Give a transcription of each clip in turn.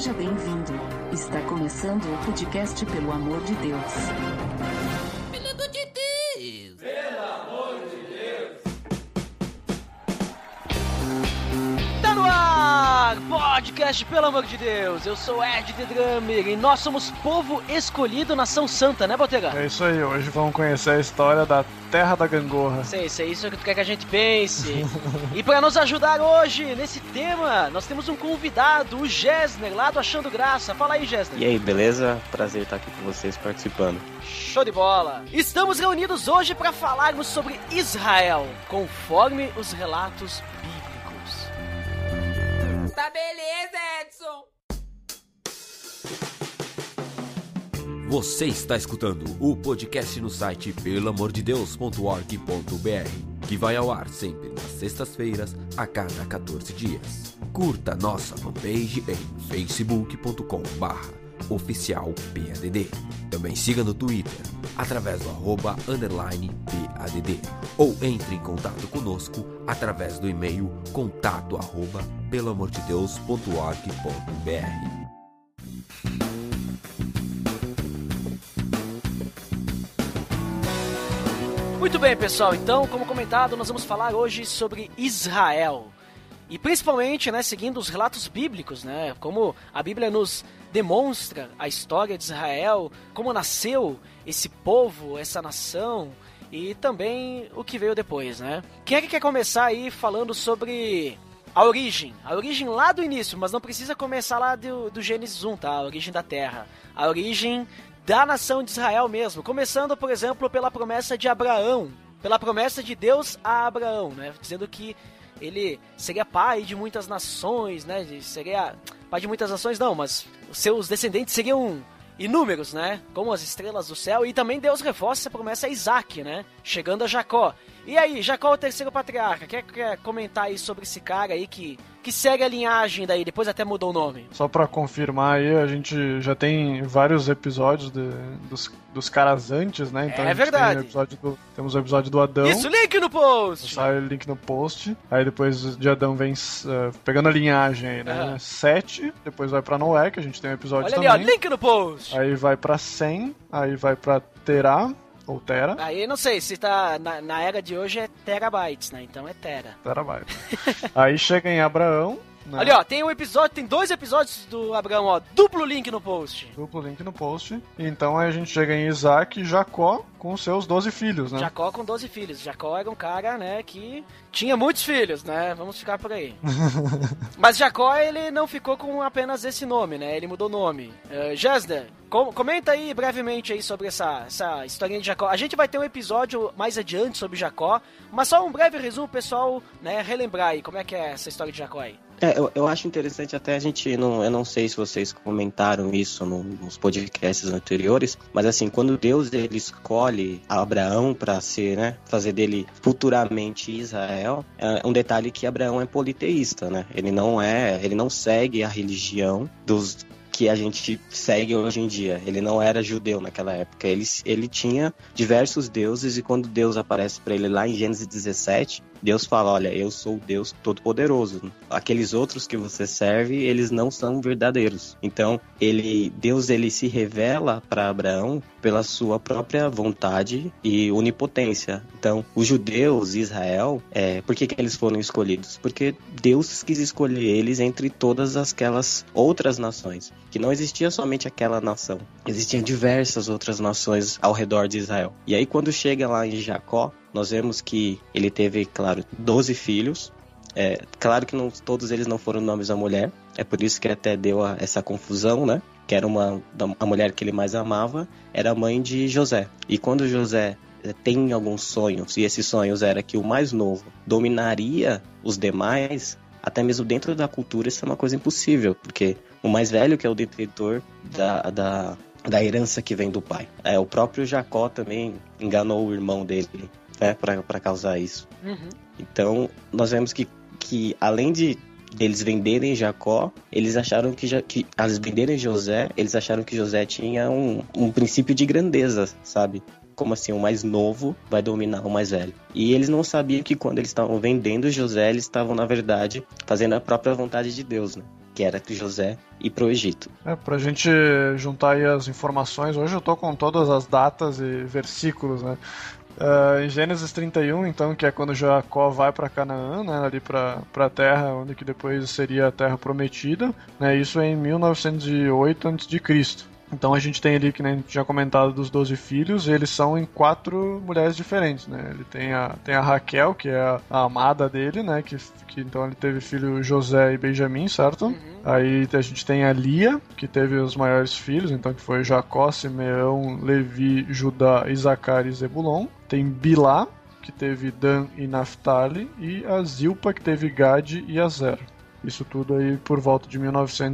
Seja bem-vindo. Está começando o podcast Pelo Amor de Deus. Pelo amor de Deus! Pelo amor de Deus! Tá no ar! Podcast Pelo Amor de Deus! Eu sou Ed The Drummer e nós somos povo escolhido, nação santa, né, Botega? É isso aí, hoje vamos conhecer a história da Terra da Gangorra. Sei, isso que tu quer que a gente pense. E pra nos ajudar hoje nesse tema, nós temos um convidado, o Gessner, lá do Achando Graça. Fala aí, Gessner. E aí, beleza? Prazer estar aqui com vocês participando. Show de bola! Estamos reunidos hoje para falarmos sobre Israel, conforme os relatos bíblicos. Tá beleza, Edson! Você está escutando o podcast no site pelamordedeus.org.br, que vai ao ar sempre nas sextas-feiras, a cada 14 dias. Curta nossa fanpage em facebook.com/oficialpadd. Também siga no Twitter, através do @_PADD, ou entre em contato conosco através do e-mail contato@pelamordedeus.org.br. Muito bem, pessoal, então, como comentado, nós vamos falar hoje sobre Israel. E principalmente, né, seguindo os relatos bíblicos, né, como a Bíblia nos demonstra a história de Israel, como nasceu esse povo, essa nação, e também o que veio depois, né. Quem é que quer começar aí falando sobre a origem lá do início, mas não precisa começar lá do Gênesis 1, tá, a origem da terra, a origem da nação de Israel mesmo, começando, por exemplo, pela promessa de Abraão, pela promessa de Deus a Abraão, né, dizendo que ele seria pai de muitas nações, né, seria pai de muitas nações não, mas os seus descendentes seriam inúmeros, né, como as estrelas do céu, e também Deus reforça essa promessa a Isaac, né, chegando a Jacó. E aí, Jacó é o terceiro patriarca, quer comentar aí sobre esse cara aí que segue a linhagem daí, depois até mudou o nome? Só pra confirmar aí, a gente já tem vários episódios dos caras antes, né? Então é verdade. Temos o episódio do Adão. Isso, link no post! Sai o link no post. Aí depois de Adão vem pegando a linhagem aí, né? 7, depois vai pra Noé, que a gente tem um episódio Olha também. Ali, ó, link no post! Aí vai pra 100, aí vai pra Terá, ou Tera. Aí não sei, se tá na era de hoje é terabytes, né? Então é tera. Terabyte. Aí chega em Abraão, né? Ali, ó, tem 2 episódios do Abraão, ó, duplo link no post. Duplo link no post. Então aí a gente chega em Isaac e Jacó com seus 12 filhos, né? Jacó com 12 filhos. Jacó era um cara, né, que tinha muitos filhos, né? Vamos ficar por aí. Mas Jacó, ele não ficou com apenas esse nome, né? Ele mudou o nome. Gessner, comenta aí brevemente aí sobre essa historinha de Jacó. A gente vai ter um episódio mais adiante sobre Jacó, mas só um breve resumo, pessoal, né, relembrar aí como é que é essa história de Jacó aí. Eu acho interessante até eu não sei se vocês comentaram isso nos podcasts anteriores, mas assim, quando Deus ele escolhe Abraão para ser, né, fazer dele futuramente Israel, é um detalhe que Abraão é politeísta, né? Ele não segue a religião dos que a gente segue hoje em dia. Ele não era judeu naquela época. Ele tinha diversos deuses, e quando Deus aparece para ele lá em Gênesis 17, Deus fala, olha, eu sou o Deus Todo-Poderoso. Aqueles outros que você serve, eles não são verdadeiros. Então, Deus se revela para Abraão pela sua própria vontade e onipotência. Então, os judeus, Israel, por que eles foram escolhidos? Porque Deus quis escolher eles entre todas aquelas outras nações, que não existia somente aquela nação. Existiam diversas outras nações ao redor de Israel. E aí, quando chega lá em Jacó, nós vemos que ele teve, claro, 12 filhos. Claro que todos eles não foram nomes da mulher. É por isso que até deu essa confusão, né? Que era a mulher que ele mais amava, era a mãe de José. E quando José tem alguns sonhos, e esses sonhos era que o mais novo dominaria os demais, até mesmo dentro da cultura isso é uma coisa impossível, porque o mais velho que é o detentor da herança que vem do pai. O próprio Jacó também enganou o irmão dele, né, para causar isso. Uhum. Então, nós vemos que além de eles venderem Jacó, eles acharam que eles venderem José, eles acharam que José tinha um princípio de grandeza, sabe? Como assim, o mais novo vai dominar o mais velho. E eles não sabiam que quando eles estavam vendendo José, eles estavam, na verdade, fazendo a própria vontade de Deus, né? que era José, ir pro Egito. Pra gente juntar aí as informações, hoje eu tô com todas as datas e versículos, né? Em Gênesis 31, então, que é quando Jacó vai para Canaã, né, ali para a terra onde que depois seria a terra prometida, né, isso é em 1908 a.C. Então a gente tem ali, que nem a gente tinha comentado, dos 12 filhos, e eles são em 4 mulheres diferentes, né? Ele tem a Raquel, que é a amada dele, né? Que então ele teve filho José e Benjamim, certo? Uhum. Aí a gente tem a Lia, que teve os maiores filhos, então que foi Jacó, Simeão, Levi, Judá, Isacar e Zebulon. Tem Bilá, que teve Dan e Naphtali, e a Zilpa, que teve Gade e Azer. Isso tudo aí por volta de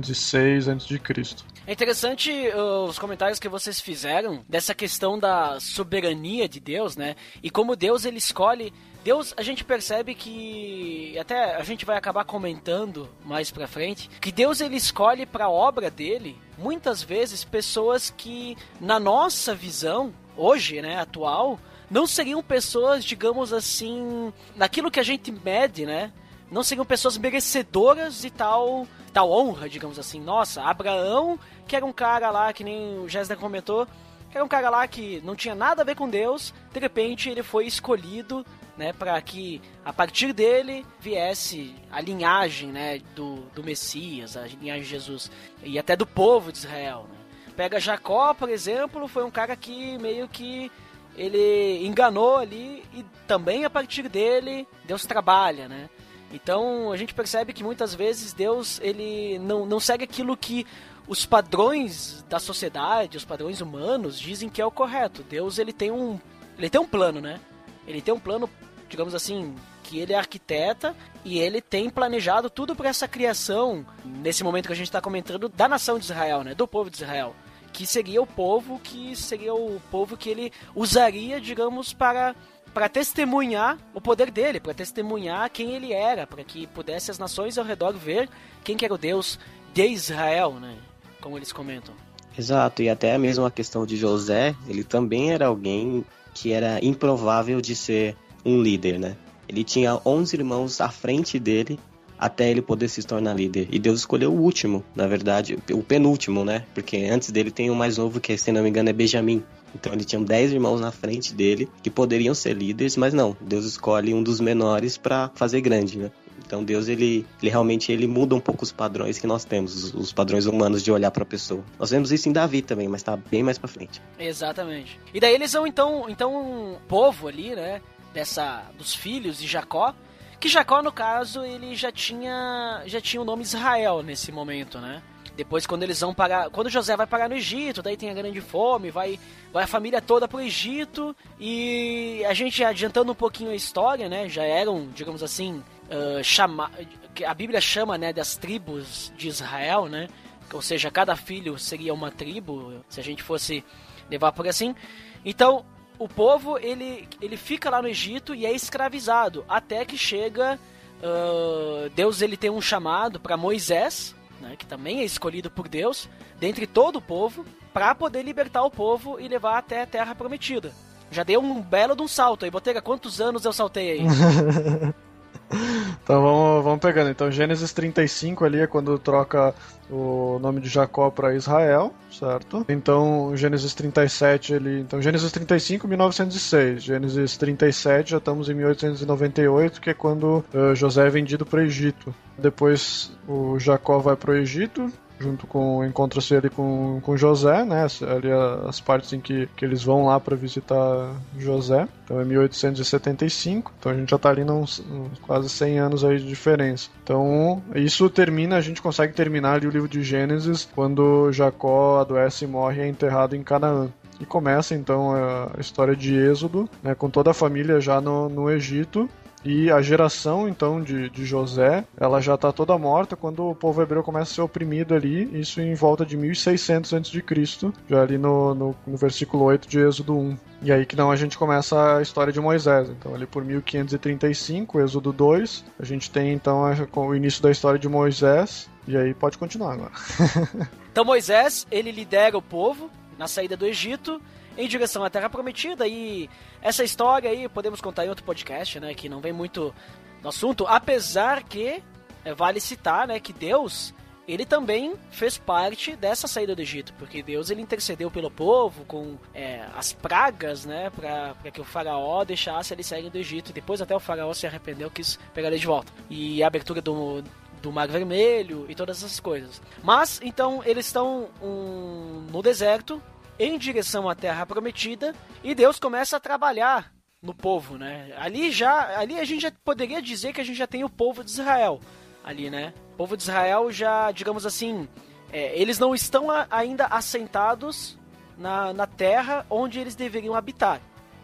1906 a.C. É interessante os comentários que vocês fizeram dessa questão da soberania de Deus, né? E como Deus, ele escolhe... Deus, a gente percebe que... Até a gente vai acabar comentando mais pra frente, que Deus, ele escolhe pra obra dele, muitas vezes, pessoas que, na nossa visão, hoje, né, atual, não seriam pessoas, digamos assim, naquilo que a gente mede, né? Não seriam pessoas merecedoras de tal honra, digamos assim. Nossa, Abraão, que era um cara lá, que nem o Jéssica comentou, que era um cara lá que não tinha nada a ver com Deus, de repente ele foi escolhido, né, para que a partir dele viesse a linhagem, né, do Messias, a linhagem de Jesus, e até do povo de Israel, né. Pega Jacó, por exemplo, foi um cara que meio que ele enganou ali, e também a partir dele Deus trabalha, né. Então a gente percebe que muitas vezes Deus, ele não segue aquilo que os padrões da sociedade, os padrões humanos dizem que é o correto. Deus, ele tem um plano, né? Ele tem um plano, digamos assim, que ele arquiteta, e ele tem planejado tudo para essa criação, nesse momento que a gente está comentando, da nação de Israel, né? Do povo de Israel, que seria o povo que ele usaria, digamos, para testemunhar o poder dele, para testemunhar quem ele era, para que pudesse as nações ao redor ver quem que era o Deus de Israel, né? Como eles comentam. Exato, e até mesmo a questão de José, ele também era alguém que era improvável de ser um líder, né? Ele tinha 11 irmãos à frente dele até ele poder se tornar líder. E Deus escolheu o último, na verdade, o penúltimo, né? Porque antes dele tem o mais novo, que se não me engano é Benjamim. Então ele tinha 10 irmãos na frente dele que poderiam ser líderes, mas não, Deus escolhe um dos menores para fazer grande, né? Então Deus, ele realmente muda um pouco os padrões que nós temos, os padrões humanos de olhar para a pessoa. Nós vemos isso em Davi também, mas tá bem mais para frente. Exatamente. E daí eles são então um povo ali, né, dos filhos de Jacó, que Jacó, no caso, ele já tinha o nome Israel nesse momento, né? Depois, quando José vai parar no Egito, daí tem a grande fome, vai a família toda pro Egito, e a gente, adiantando um pouquinho a história, né, já eram, digamos assim, a Bíblia chama, né, das tribos de Israel, né, ou seja, cada filho seria uma tribo, se a gente fosse levar por assim. Então, o povo, ele fica lá no Egito e é escravizado, até que chega, Deus, ele tem um chamado para Moisés, né, que também é escolhido por Deus, dentre todo o povo, para poder libertar o povo e levar até a Terra Prometida. Já deu um belo de um salto aí. Botega, quantos anos eu saltei aí? Então vamos pegando. Então Gênesis 35 ali é quando troca o nome de Jacó para Israel, certo? Então Gênesis 37 então Gênesis 35, 1906. Gênesis 37 já estamos em 1898, que é quando José é vendido para o Egito. Depois o Jacó vai para o Egito, encontra-se ali com José, né? Ali as partes em que eles vão lá para visitar José. Então é 1875. Então a gente já está ali nos quase 100 anos aí de diferença. Então isso a gente consegue terminar ali o livro de Gênesis quando Jacó adoece e morre e é enterrado em Canaã. E começa então a história de Êxodo, né? Com toda a família já no Egito. E a geração, então, de José, ela já está toda morta quando o povo hebreu começa a ser oprimido ali, isso em volta de 1600 a.C., já ali no versículo 8 de Êxodo 1. E aí que não a gente começa a história de Moisés. Então, ali por 1535, Êxodo 2, a gente tem, então, o início da história de Moisés, e aí pode continuar agora. Então, Moisés, ele lidera o povo na saída do Egito, em direção à Terra Prometida, e essa história aí podemos contar em outro podcast, né, que não vem muito no assunto, apesar que vale citar, né, que Deus, ele também fez parte dessa saída do Egito, porque Deus ele intercedeu pelo povo com as pragas, né, para que o faraó deixasse eles saírem do Egito, e depois até o faraó se arrependeu, quis pegar eles de volta, e a abertura do Mar Vermelho e todas essas coisas. Mas, então, eles estão no deserto, em direção à Terra Prometida, e Deus começa a trabalhar no povo, né? Ali a gente já poderia dizer que a gente já tem o povo de Israel ali, né? O povo de Israel já, digamos assim, eles não estão ainda assentados na terra onde eles deveriam habitar,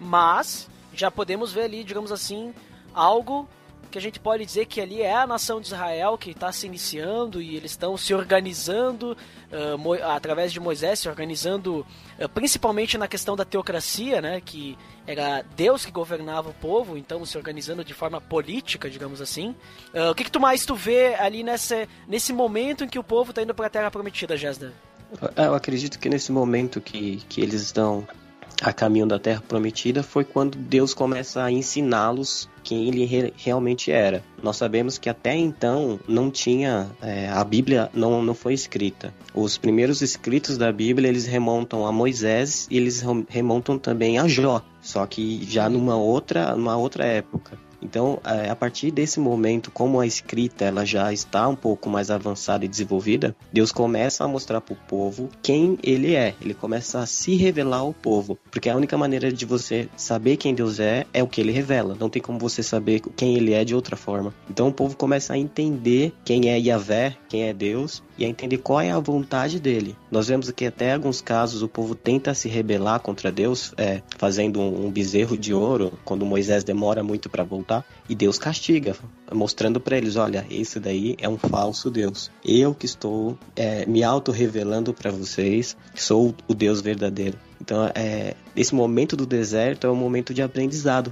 mas já podemos ver ali, digamos assim, algo que a gente pode dizer que ali é a nação de Israel que está se iniciando, e eles estão se organizando através de Moisés, se organizando principalmente na questão da teocracia, né, que era Deus que governava o povo, então se organizando de forma política, digamos assim. O que tu mais vê ali nesse momento em que o povo está indo para a Terra Prometida, Gesda? Eu acredito que nesse momento que eles estão a caminho da Terra Prometida foi quando Deus começa a ensiná-los quem ele realmente era. Nós sabemos que até então não tinha, a Bíblia não foi escrita. Os primeiros escritos da Bíblia, eles remontam a Moisés e eles remontam também a Jó, só que já numa outra época. Então, a partir desse momento, como a escrita ela já está um pouco mais avançada e desenvolvida, Deus começa a mostrar para o povo quem ele é. Ele começa a se revelar ao povo, porque a única maneira de você saber quem Deus é o que ele revela. Não tem como você saber quem ele é de outra forma. Então, o povo começa a entender quem é Yahvé, quem é Deus, e a entender qual é a vontade dele. Nós vemos que até em alguns casos o povo tenta se rebelar contra Deus, fazendo um bezerro de ouro, quando Moisés demora muito para voltar, e Deus castiga, mostrando para eles, olha, esse daí é um falso Deus. Eu que estou me auto-revelando para vocês, sou o Deus verdadeiro. Então, esse momento do deserto é um momento de aprendizado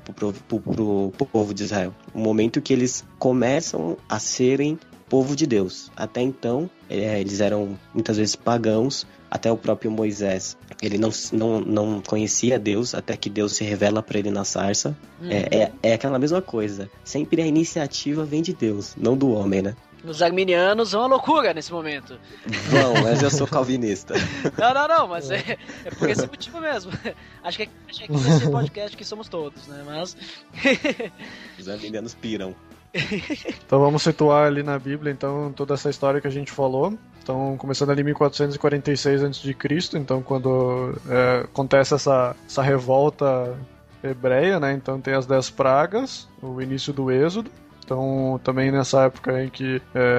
pro povo de Israel. Um momento que eles começam a serem povo de Deus. Até então, eles eram muitas vezes pagãos. Até o próprio Moisés, ele não conhecia Deus, até que Deus se revela para ele na sarça. É aquela mesma coisa. Sempre a iniciativa vem de Deus, não do homem, né? Os arminianos vão à loucura nesse momento. Não, mas eu sou calvinista. Não, mas é por esse motivo mesmo. Acho que nesse podcast que somos todos, né? Mas os arminianos piram. Então vamos situar ali na Bíblia, então, toda essa história que a gente falou. Então, começando ali em 1446 a.C., então quando acontece essa revolta hebreia, né? Então tem as 10 pragas, o início do Êxodo. Então, também nessa época em que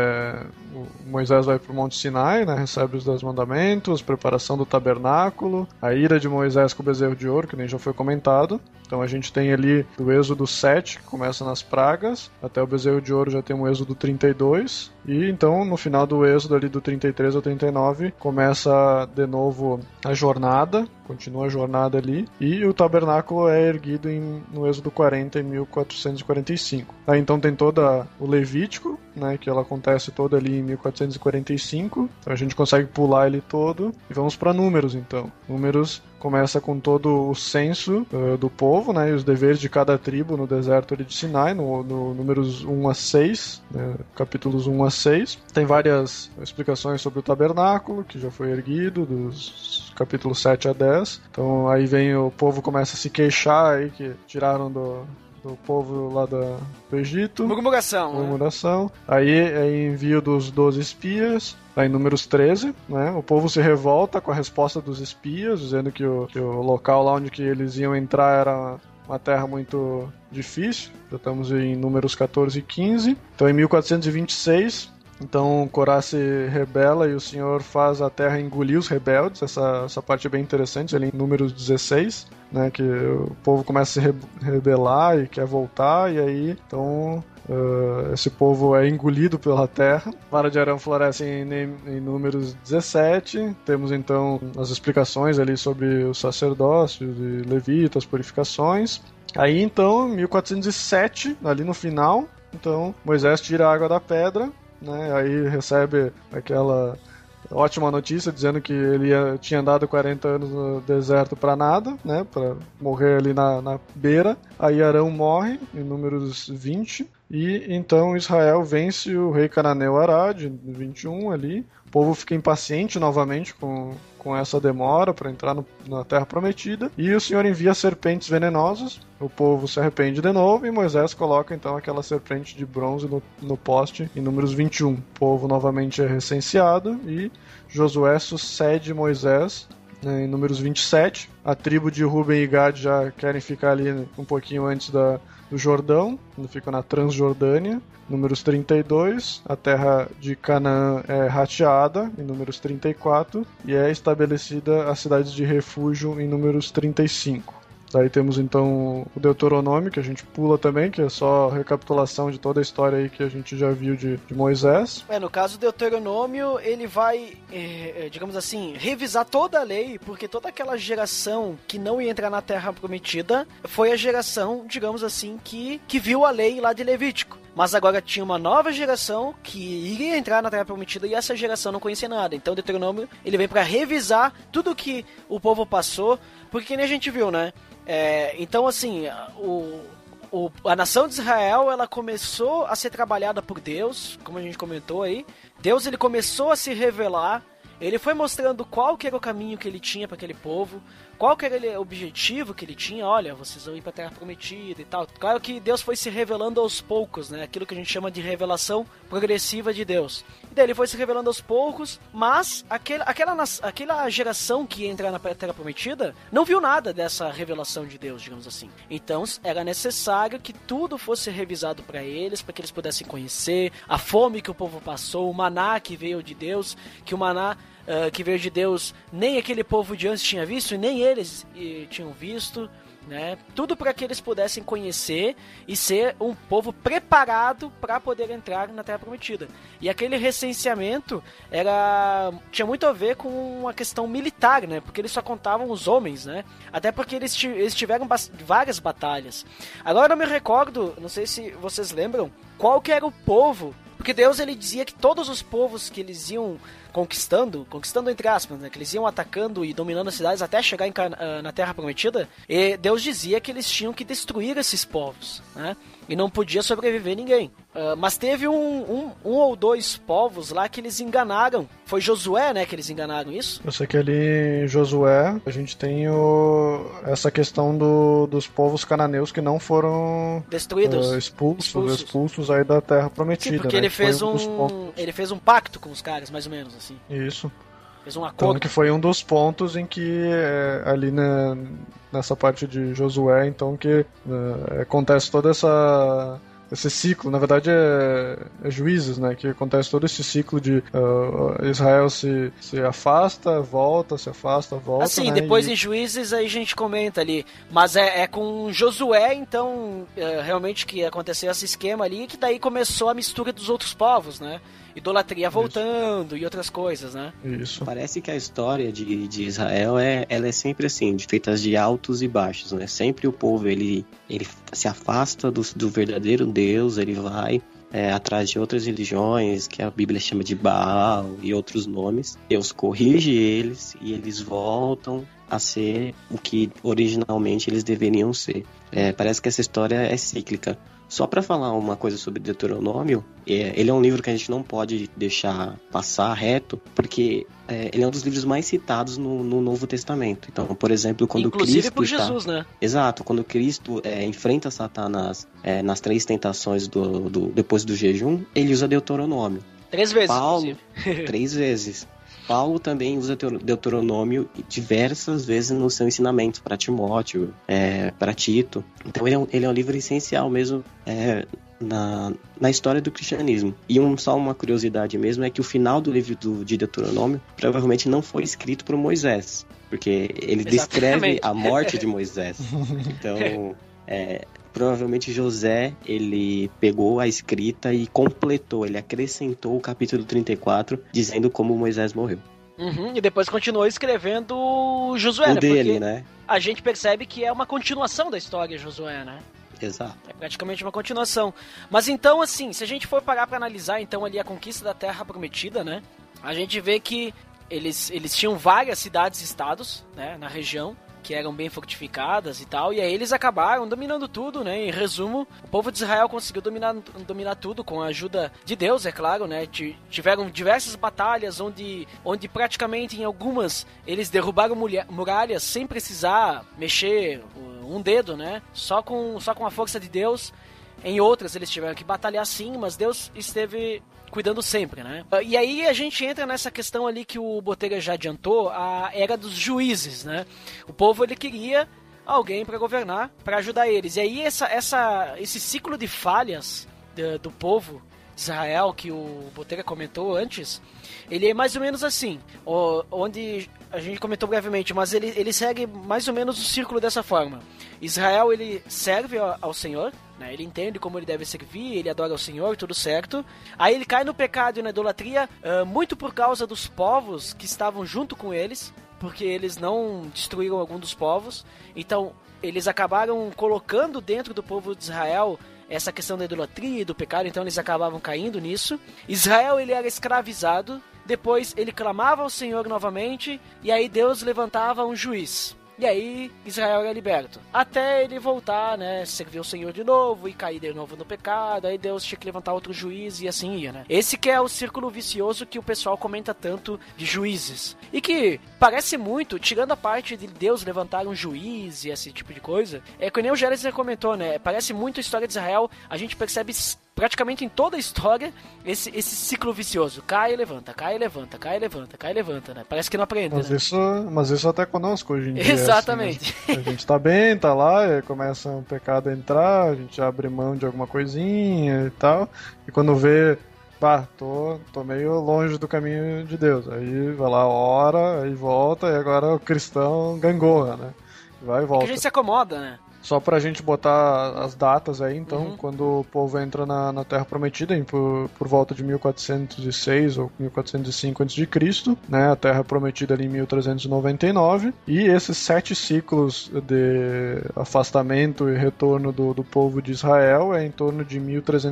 Moisés vai para o Monte Sinai, né, recebe os 10 mandamentos, preparação do tabernáculo, a ira de Moisés com o bezerro de ouro, que nem já foi comentado. Então a gente tem ali do Êxodo 7, que começa nas pragas, até o bezerro de ouro já tem o Êxodo 32, e então no final do Êxodo ali do 33 ao 39 começa de novo a jornada, continua a jornada ali, e o tabernáculo é erguido no Êxodo 40 em 1445. Aí então tem toda o Levítico, né, que ela acontece toda ali em 1445, então a gente consegue pular ele todo, e vamos para Números então. Números começa com todo o censo do povo, né, e os deveres de cada tribo no deserto ali de Sinai, no números 1 a 6, né, capítulos 1 a 6. Tem várias explicações sobre o tabernáculo, que já foi erguido, dos capítulos 7 a 10. Então aí o povo começa a se queixar aí que tiraram do povo lá do Egito. Murmuração. Aí é envio dos 12 espias. Aí em Números 13, né, o povo se revolta com a resposta dos espias, dizendo que o local lá onde que eles iam entrar era uma terra muito difícil. Já estamos em Números 14 e 15. Então em 1426, então Corá se rebela e o Senhor faz a terra engolir os rebeldes. Essa parte é bem interessante, ali em Números 16, né, que o povo começa a se rebelar e quer voltar, e aí então esse povo é engolido pela terra. A vara de Arão floresce em Números 17. Temos então as explicações ali sobre o sacerdócio de levitas, purificações. Aí então, 1407, ali no final, então Moisés tira a água da pedra, né, aí recebe aquela ótima notícia dizendo que ele tinha andado 40 anos no deserto para nada, né, para morrer ali na beira. Aí Arão morre em Números 20, E então Israel vence o rei cananeu Arad, no 21 ali. O povo fica impaciente novamente com essa demora para entrar na Terra Prometida. E o Senhor envia serpentes venenosas. O povo se arrepende de novo e Moisés coloca então aquela serpente de bronze no poste em Números 21. O povo novamente é recenseado e Josué sucede Moisés em Números 27. A tribo de Ruben e Gad já querem ficar ali um pouquinho antes do Jordão, fica na Transjordânia. Números 32, a terra de Canaã é rateada, em Números 34, e é estabelecida as cidades de refúgio em Números 35. Daí temos então o Deuteronômio, que a gente pula também, que é só recapitulação de toda a história aí que a gente já viu de Moisés. No caso do Deuteronômio, ele vai, digamos assim, revisar toda a lei, porque toda aquela geração que não ia entrar na Terra Prometida foi a geração, digamos assim, que viu a lei lá de Levítico. Mas agora tinha uma nova geração que iria entrar na Terra Prometida e essa geração não conhecia nada. Então o Deuteronômio, ele vem para revisar tudo que o povo passou, porque que nem a gente viu, né? Então assim, a nação de Israel, ela começou a ser trabalhada por Deus, como a gente comentou aí. Deus, ele começou a se revelar. Ele foi mostrando qual que era o caminho que ele tinha para aquele povo, qual que era o objetivo que ele tinha. Olha, vocês vão ir para a Terra Prometida e tal. Claro que Deus foi se revelando aos poucos, né? Aquilo que a gente chama de revelação progressiva de Deus. E daí ele foi se revelando aos poucos, mas aquela geração que ia entrar na Terra Prometida não viu nada dessa revelação de Deus, digamos assim. Então era necessário que tudo fosse revisado para eles, para que eles pudessem conhecer a fome que o povo passou, o maná que veio de Deus, que o maná que veio de Deus nem aquele povo de antes tinha visto e nem eles tinham visto, né? Tudo para que eles pudessem conhecer e ser um povo preparado para poder entrar na Terra Prometida. E aquele recenseamento tinha muito a ver com a questão militar, né? Porque eles só contavam os homens, né? Até porque eles tiveram várias batalhas. Agora eu me recordo, não sei se vocês lembram, qual que era o povo. Porque Deus, ele dizia que todos os povos que eles iam conquistando entre aspas, né, que eles iam atacando e dominando as cidades até chegar na Terra Prometida, e Deus dizia que eles tinham que destruir esses povos, né, e não podia sobreviver ninguém. Mas teve um ou dois povos lá que eles enganaram. Foi Josué, né, que eles enganaram isso? Eu sei que ali em Josué a gente tem essa questão dos povos cananeus que não foram destruídos, expulsos aí da Terra Prometida. Sim, porque, né? Ele fez um pacto com os caras, mais ou menos assim. Isso. Fez um acordo. Então, que foi um dos pontos em que ali nessa parte de Josué, então, que acontece todo esse ciclo. Na verdade é Juízes, né, que acontece todo esse ciclo de Israel se afasta, volta, se afasta, volta. Assim, né, depois em Juízes aí a gente comenta ali, mas é com Josué, então, realmente que aconteceu esse esquema ali, que daí começou a mistura dos outros povos, né? Idolatria voltando e outras coisas, né? Isso. Parece que a história de Israel ela é sempre assim, feita de altos e baixos, né? Sempre o povo ele se afasta do verdadeiro Deus, ele vai atrás de outras religiões, que a Bíblia chama de Baal e outros nomes. Deus corrige eles e eles voltam a ser o que originalmente eles deveriam ser. Parece que essa história é cíclica. Só para falar uma coisa sobre Deuteronômio, ele é um livro que a gente não pode deixar passar reto, porque ele é um dos livros mais citados no Novo Testamento. Então, por exemplo, quando inclusive Cristo por Jesus, né? Exato, quando Cristo enfrenta Satanás nas 3 tentações depois do jejum, ele usa Deuteronômio. 3 vezes, Paulo, inclusive. 3 vezes. Paulo também usa Deuteronômio diversas vezes no seu ensinamento para Timóteo, para Tito. Então ele é um livro essencial mesmo na história do cristianismo. E só uma curiosidade mesmo é que o final do livro de Deuteronômio provavelmente não foi escrito por Moisés, porque ele descreve a morte de Moisés. Então, provavelmente José, ele pegou a escrita e completou, ele acrescentou o capítulo 34, dizendo como Moisés morreu. E depois continuou escrevendo Josué, o dele, né? A gente percebe que é uma continuação da história Josué, né? Exato. É praticamente uma continuação. Mas então, assim, se a gente for parar para analisar então ali a conquista da Terra Prometida, né? A gente vê que eles tinham várias cidades-estados, né, na região, que eram bem fortificadas e tal, e aí eles acabaram dominando tudo, né? Em resumo, o povo de Israel conseguiu dominar tudo com a ajuda de Deus, é claro, né? Tiveram diversas batalhas onde praticamente em algumas eles derrubaram muralhas sem precisar mexer um dedo, né? Só com a força de Deus. Em outras eles tiveram que batalhar sim, mas Deus esteve cuidando sempre, né? E aí a gente entra nessa questão ali que o Botega já adiantou, a era dos juízes, né? O povo, ele queria alguém para governar, para ajudar eles. E aí esse ciclo de falhas do povo de Israel, que o Botega comentou antes, ele é mais ou menos assim, onde a gente comentou brevemente, mas ele segue mais ou menos o círculo dessa forma. Israel, ele serve ao Senhor, né? Ele entende como ele deve servir, ele adora o Senhor, tudo certo. Aí ele cai no pecado e na idolatria, muito por causa dos povos que estavam junto com eles, porque eles não destruíram algum dos povos. Então, eles acabaram colocando dentro do povo de Israel essa questão da idolatria e do pecado, então eles acabavam caindo nisso. Israel, ele era escravizado, depois ele clamava ao Senhor novamente, e aí Deus levantava um juiz. E aí Israel era liberto. Até ele voltar, né, servir o Senhor de novo e cair de novo no pecado. Aí Deus tinha que levantar outro juiz e assim ia, né? Esse que é o círculo vicioso que o pessoal comenta tanto de juízes. E que parece muito, tirando a parte de Deus levantar um juiz e esse tipo de coisa, é que nem o Génesis comentou, né? Parece muito a história de Israel. A gente percebe praticamente em toda a história esse ciclo vicioso. Cai e levanta, cai e levanta, cai e levanta, cai e levanta, né? Parece que não aprende, mas, né? Mas isso até conosco hoje em dia. Exatamente. Assim, né? A gente tá bem, tá lá, e começa um pecado a entrar, a gente abre mão de alguma coisinha e tal, e quando vê, tô meio longe do caminho de Deus. Aí vai lá, ora, aí volta, e agora o cristão gangorra, né? Vai e volta. É que a gente se acomoda, né? Só pra gente botar as datas aí, então, quando o povo entra na Terra Prometida, por volta de 1406 ou 1405 a.C., né, a Terra Prometida ali em 1399, e esses 7 ciclos de afastamento e retorno do povo de Israel é em torno de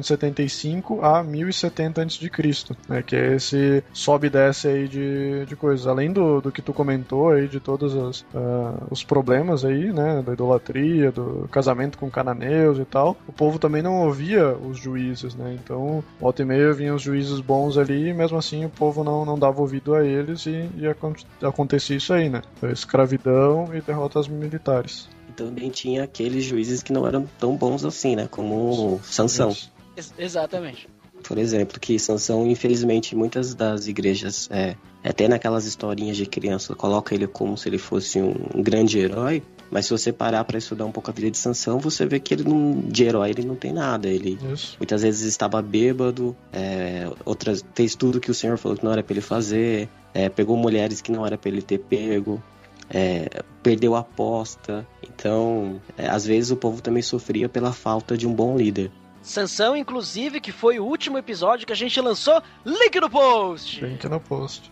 1375 a 1070 a.C., né, que é esse sobe e desce aí de coisas. Além do que tu comentou aí, de todos os problemas aí, né, da idolatria, do casamento com cananeus e tal, o povo também não ouvia os juízes, né? Então, volta e meia vinham os juízes bons ali e mesmo assim o povo não dava ouvido a eles e acontecia isso aí, né? Escravidão e derrotas militares. E também tinha aqueles juízes que não eram tão bons assim, né? Como Sansão. Exatamente. Por exemplo, que Sansão, infelizmente, muitas das igrejas, até naquelas historinhas de criança, coloca ele como se ele fosse um grande herói, mas se você parar para estudar um pouco a vida de Sansão, você vê que de herói ele não tem nada. Ele muitas vezes estava bêbado, outras fez tudo que o Senhor falou que não era para ele fazer, pegou mulheres que não era para ele ter pego, perdeu a aposta. Então, às vezes o povo também sofria pela falta de um bom líder. Sansão, inclusive, que foi o último episódio que a gente lançou, link no post! Link no post.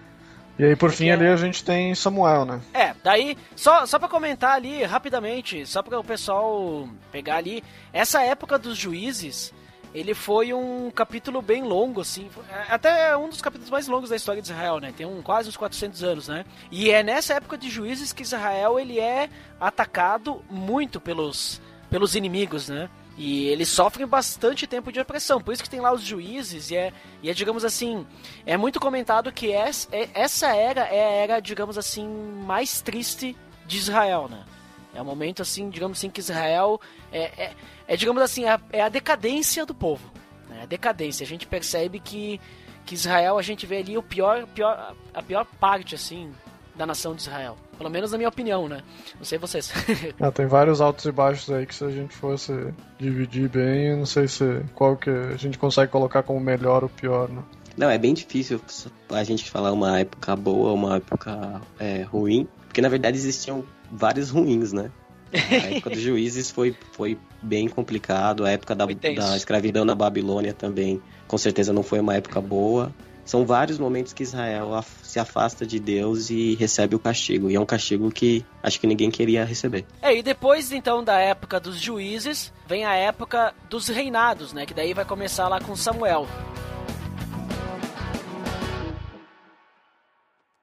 E aí, por fim, ali a gente tem Samuel, né? Daí, só pra comentar ali, rapidamente, só pra o pessoal pegar ali, essa época dos juízes, ele foi um capítulo bem longo, assim, até um dos capítulos mais longos da história de Israel, né? Tem quase uns 400 anos, né? E é nessa época de juízes que Israel, ele é atacado muito pelos inimigos, né? E eles sofrem bastante tempo de opressão, por isso que tem lá os juízes, e é digamos assim, é muito comentado que essa era é a era, digamos assim, mais triste de Israel, né? É o momento, assim, digamos assim, que Israel digamos assim, é a decadência do povo, né? A decadência, a gente percebe que Israel, a gente vê ali a pior parte, assim, da nação de Israel. Pelo menos na minha opinião, né? Não sei vocês. Tem vários altos e baixos aí que se a gente fosse dividir bem, eu não sei qual que a gente consegue colocar como melhor ou pior, né? Não, é bem difícil a gente falar uma época boa, uma época ruim, porque na verdade existiam vários ruins, né? A época dos juízes foi bem complicado, a época da escravidão na Babilônia também, com certeza não foi uma época boa. São vários momentos que Israel se afasta de Deus e recebe o castigo. E é um castigo que acho que ninguém queria receber. E depois, então, da época dos juízes, vem a época dos reinados, né? Que daí vai começar lá com Samuel.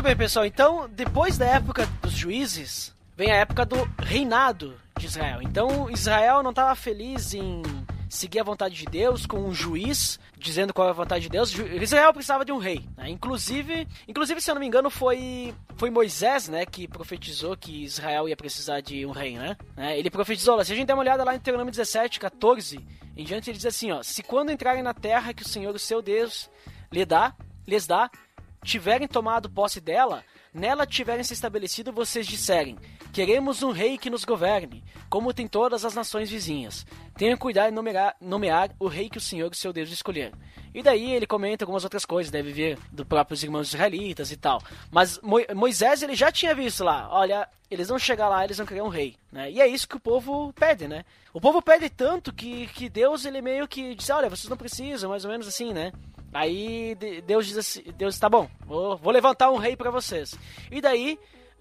bem, pessoal. Então, depois da época dos juízes, vem a época do reinado de Israel. Então, Israel não estava feliz em seguir a vontade de Deus com um juiz dizendo qual é a vontade de Deus. Israel precisava de um rei, né? Inclusive, se eu não me engano, foi Moisés, né, que profetizou que Israel ia precisar de um rei, né? Ele profetizou, se a gente der uma olhada lá em Deuteronômio 17, 14 em diante, ele diz assim, ó: se quando entrarem na terra que o Senhor, o seu Deus, lhes dá, tiverem tomado posse dela, nela tiverem se estabelecido, vocês disserem: queremos um rei que nos governe, como tem todas as nações vizinhas. Tenham cuidado em nomear o rei que o Senhor, o seu Deus, escolher. E daí ele comenta algumas outras coisas, deve vir dos próprios irmãos israelitas e tal. Mas Moisés, ele já tinha visto lá, olha, eles vão chegar lá, eles vão querer um rei, né? E é isso que o povo pede, né? O povo pede tanto que Deus, ele meio que diz, olha, vocês não precisam, mais ou menos assim, né? Aí Deus diz assim, Deus, tá bom, vou levantar um rei pra vocês. E daí,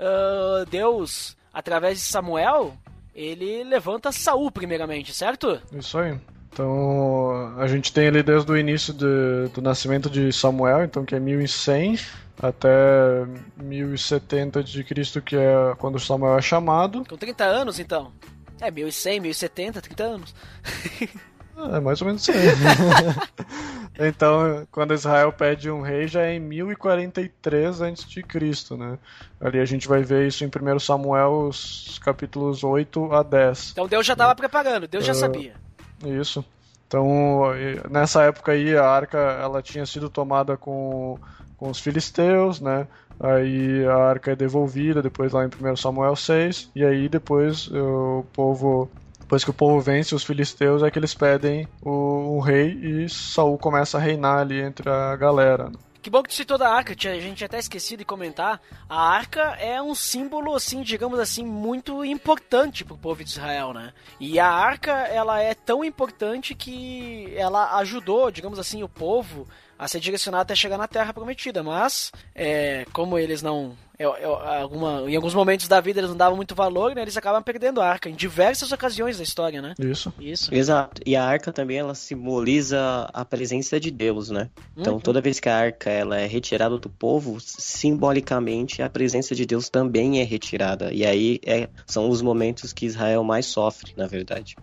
Deus, através de Samuel, ele levanta Saul primeiramente, certo? Isso aí. Então, a gente tem ali desde o início do nascimento de Samuel, então que é 1100, até 1070 de Cristo, que é quando Samuel é chamado. Com 30 anos, então. 1100, 1070, 30 anos. É mais ou menos isso aí. Então, quando Israel pede um rei, já é em 1043 a.C., né? Ali a gente vai ver isso em 1 Samuel, os capítulos 8 a 10. Então Deus já estava preparando, Deus já sabia. Isso. Então, nessa época aí, a arca ela tinha sido tomada com os filisteus, né? Aí a arca é devolvida, depois lá em 1 Samuel 6, e aí depois depois que o povo vence os filisteus, é que eles pedem um rei e Saul começa a reinar ali entre a galera. Que bom que tu citou da arca, a gente tinha até esquecido de comentar. A arca é um símbolo, assim, digamos assim, muito importante pro povo de Israel, né? E a arca, ela é tão importante que ela ajudou, digamos assim, o povo a ser direcionado até chegar na Terra Prometida. Mas, como eles não... em alguns momentos da vida eles não davam muito valor, né? Eles acabam perdendo a arca em diversas ocasiões da história, né? Isso. Exato. E a arca também, ela simboliza a presença de Deus, né? Então, toda vez que a arca ela é retirada do povo, simbolicamente a presença de Deus também é retirada. E aí são os momentos que Israel mais sofre, na verdade.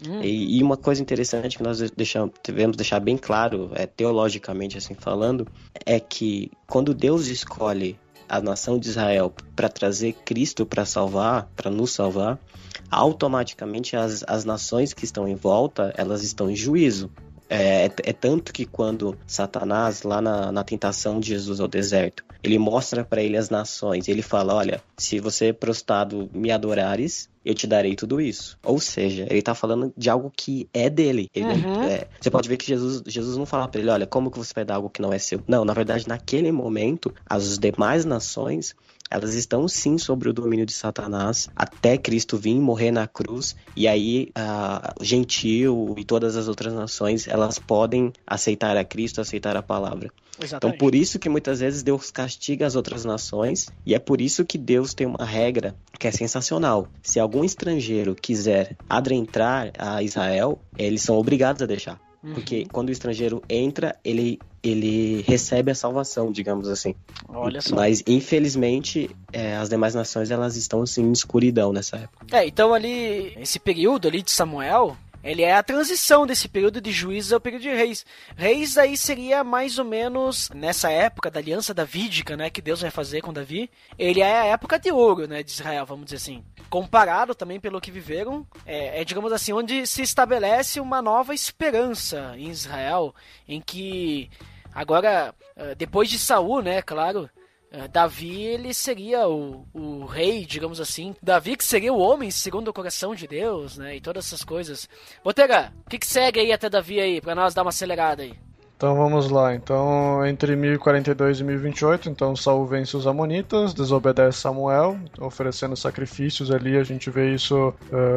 E uma coisa interessante que nós devemos deixar bem claro, teologicamente assim falando, é que quando Deus escolhe a nação de Israel para trazer Cristo para nos salvar, automaticamente as nações que estão em volta, elas estão em juízo. É tanto que quando Satanás, lá na tentação de Jesus ao deserto, ele mostra para ele as nações, ele fala, olha, se você prostrado me adorares, eu te darei tudo isso. Ou seja, ele tá falando de algo que é dele. Você pode ver que Jesus não fala para ele, olha, como que você vai dar algo que não é seu? Não, na verdade, naquele momento, as demais nações, elas estão sim sobre o domínio de Satanás, até Cristo vir morrer na cruz, e aí o gentil e todas as outras nações, elas podem aceitar a Cristo, aceitar a palavra. Exatamente. Então, por isso que muitas vezes Deus castiga as outras nações, e é por isso que Deus tem uma regra que é sensacional. Se algum estrangeiro quiser adentrar a Israel, eles são obrigados a deixar. Porque quando o estrangeiro entra, ele recebe a salvação, digamos assim. Olha só. Mas, infelizmente, as demais nações, elas estão, assim, em escuridão nessa época. Então ali, esse período ali de Samuel, ele é a transição desse período de juízes ao período de reis. Reis aí seria mais ou menos, nessa época da aliança davídica, né, que Deus vai fazer com Davi, ele é a época de ouro, né, de Israel, vamos dizer assim. Comparado também pelo que viveram, digamos assim, onde se estabelece uma nova esperança em Israel, em que agora, depois de Saul, né, claro, Davi, ele seria o rei, digamos assim. Davi que seria o homem segundo o coração de Deus, né? E todas essas coisas. Botega, o que segue aí até Davi aí, pra nós dar uma acelerada aí? Então vamos lá. Então, entre 1042 e 1028, então Saul vence os amonitas, desobedece Samuel, oferecendo sacrifícios ali. A gente vê isso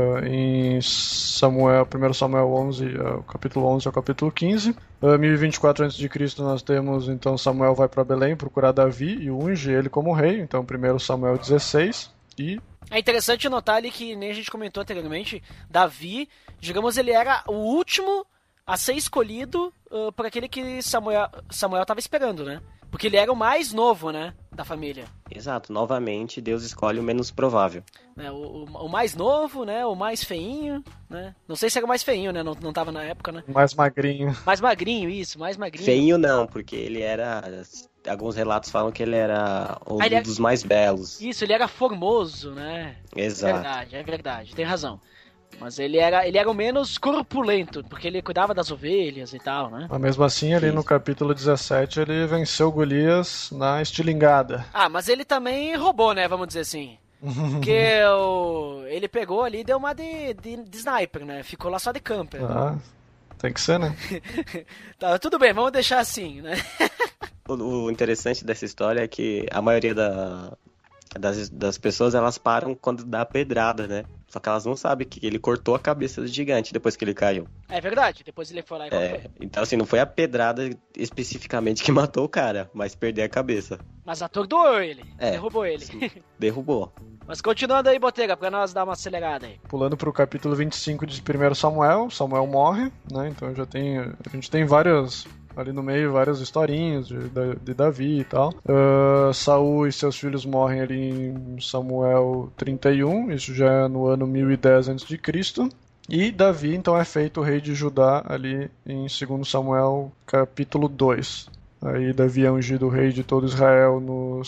em Samuel, 1 Samuel 11, capítulo 11 ao capítulo 15. 1024 a.C. nós temos, então Samuel vai para Belém procurar Davi e unge ele como rei. Então 1 Samuel 16 e... É interessante notar ali que, nem a gente comentou anteriormente, Davi, digamos, ele era o último a ser escolhido por aquele que Samuel estava esperando, né? Porque ele era o mais novo, né? da família. Exato, novamente Deus escolhe o menos provável. Né, o mais novo, né? O mais feinho, né? Não sei se era o mais feinho, né? Não tava na época, né? Mais magrinho. Mais magrinho, isso, mais magrinho. Feinho não, porque ele era... Alguns relatos falam que ele era um dos mais belos. Isso, ele era formoso, né? Exato. É verdade, tem razão. Mas ele era o menos corpulento, porque ele cuidava das ovelhas e tal, né? Mas mesmo assim, ali no capítulo 17, ele venceu Golias na estilingada. Ah, mas ele também roubou, né? Vamos dizer assim. Porque ele pegou ali e deu uma de sniper, né? Ficou lá só de camper. Ah, tem que ser, né? Tá, tudo bem, vamos deixar assim, né? O interessante dessa história é que a maioria das pessoas, elas param quando dá a pedrada, né? Só que elas não sabem que ele cortou a cabeça do gigante depois que ele caiu. É verdade, depois ele foi lá e cortou. Então assim, não foi a pedrada especificamente que matou o cara, mas perder a cabeça. Mas atordoou ele, derrubou ele. Derrubou. Mas continuando aí, Botega, pra nós dar uma acelerada aí. Pulando pro capítulo 25 de 1 Samuel, Samuel morre, né? Então a gente tem várias... ali no meio, várias historinhas de Davi e tal. Saul e seus filhos morrem ali em Samuel 31, isso já é no ano 1010 a.C. E Davi, então, é feito rei de Judá ali em 2 Samuel capítulo 2. Aí Davi é ungido rei de todo Israel no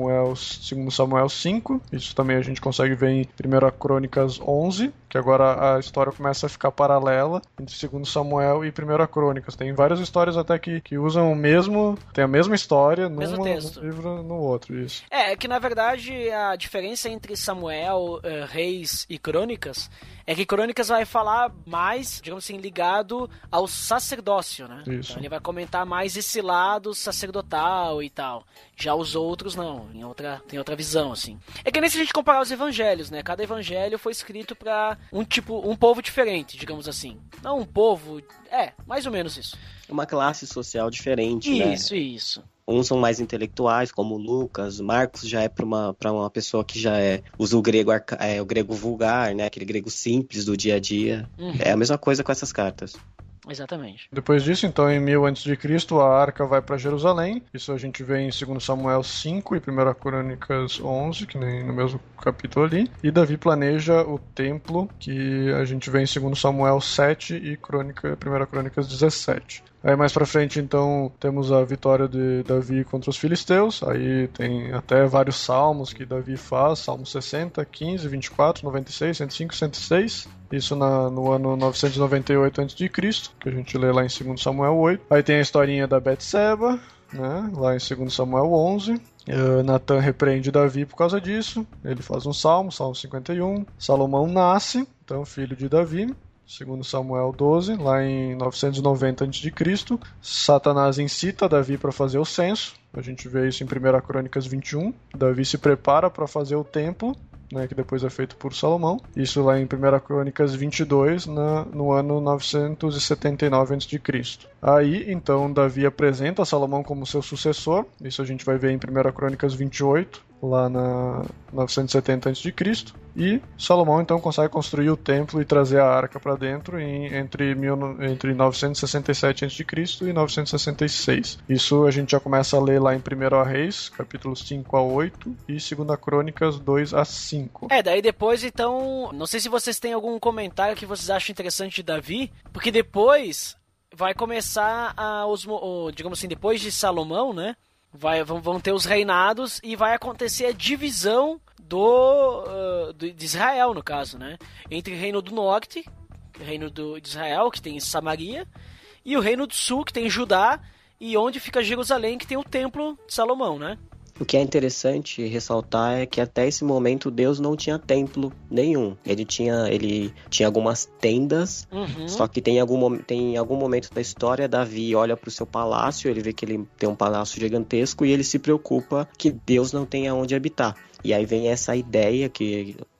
2 Samuel 5. Isso também a gente consegue ver em 1 Crônicas 11, que agora a história começa a ficar paralela entre 2 Samuel e 1 Crônicas. Tem várias histórias até que usam tem a mesma história num livro no outro. Isso. É que na verdade a diferença entre Samuel, Reis e Crônicas é que Crônicas vai falar mais, digamos assim, ligado ao sacerdócio, né? Isso. Então ele vai comentar mais esse lado sacerdotal e tal. Já os outros não, tem outra visão, assim. É que nem se a gente comparar os evangelhos, né? Cada evangelho foi escrito pra um povo diferente, digamos assim. Não um povo, mais ou menos isso. Uma classe social diferente, né? Isso. Uns são mais intelectuais, como Lucas. Marcos já é para uma pessoa que já usa o grego vulgar, né? Aquele grego simples do dia a dia. Uhum. É a mesma coisa com essas cartas. Exatamente. Depois disso, então, em 1000 a.C., a arca vai para Jerusalém. Isso a gente vê em 2 Samuel 5 e 1 Crônicas 11, que nem no mesmo capítulo ali. E Davi planeja o templo, que a gente vê em 2 Samuel 7 e 1 Crônicas 17. Aí mais pra frente, então, temos a vitória de Davi contra os filisteus. Aí tem até vários salmos que Davi faz. Salmo 60, 15, 24, 96, 105, 106. Isso no ano 998 a.C., que a gente lê lá em 2 Samuel 8. Aí tem a historinha da Betseba, né, lá em 2 Samuel 11. Natan repreende Davi por causa disso. Ele faz um salmo, Salmo 51. Salomão nasce, então filho de Davi. 2 Samuel 12, lá em 990 a.C., Satanás incita Davi para fazer o censo. A gente vê isso em 1 Crônicas 21. Davi se prepara para fazer o templo, né, que depois é feito por Salomão. Isso lá em 1 Crônicas 22, no ano 979 a.C. Aí, então, Davi apresenta Salomão como seu sucessor. Isso a gente vai ver em 1 Crônicas 28, lá na 970 a.C. E Salomão, então, consegue construir o templo e trazer a arca para dentro entre 967 a.C. e 966. Isso a gente já começa a ler lá em 1 Reis, capítulos 5 a 8 e 2 Crônicas 2 a 5. Daí depois, então, não sei se vocês têm algum comentário que vocês acham interessante de Davi, porque depois vai começar digamos assim, depois de Salomão, né? Vão ter os reinados e vai acontecer a divisão de Israel, no caso, né? Entre o reino do norte, o reino de Israel, que tem Samaria, e o reino do sul, que tem Judá, e onde fica Jerusalém, que tem o templo de Salomão, né? O que é interessante ressaltar é que até esse momento Deus não tinha templo nenhum. Ele tinha algumas tendas, só que tem algum momento da história, Davi olha para o seu palácio, ele vê que ele tem um palácio gigantesco e ele se preocupa que Deus não tenha onde habitar. E aí vem essa ideia que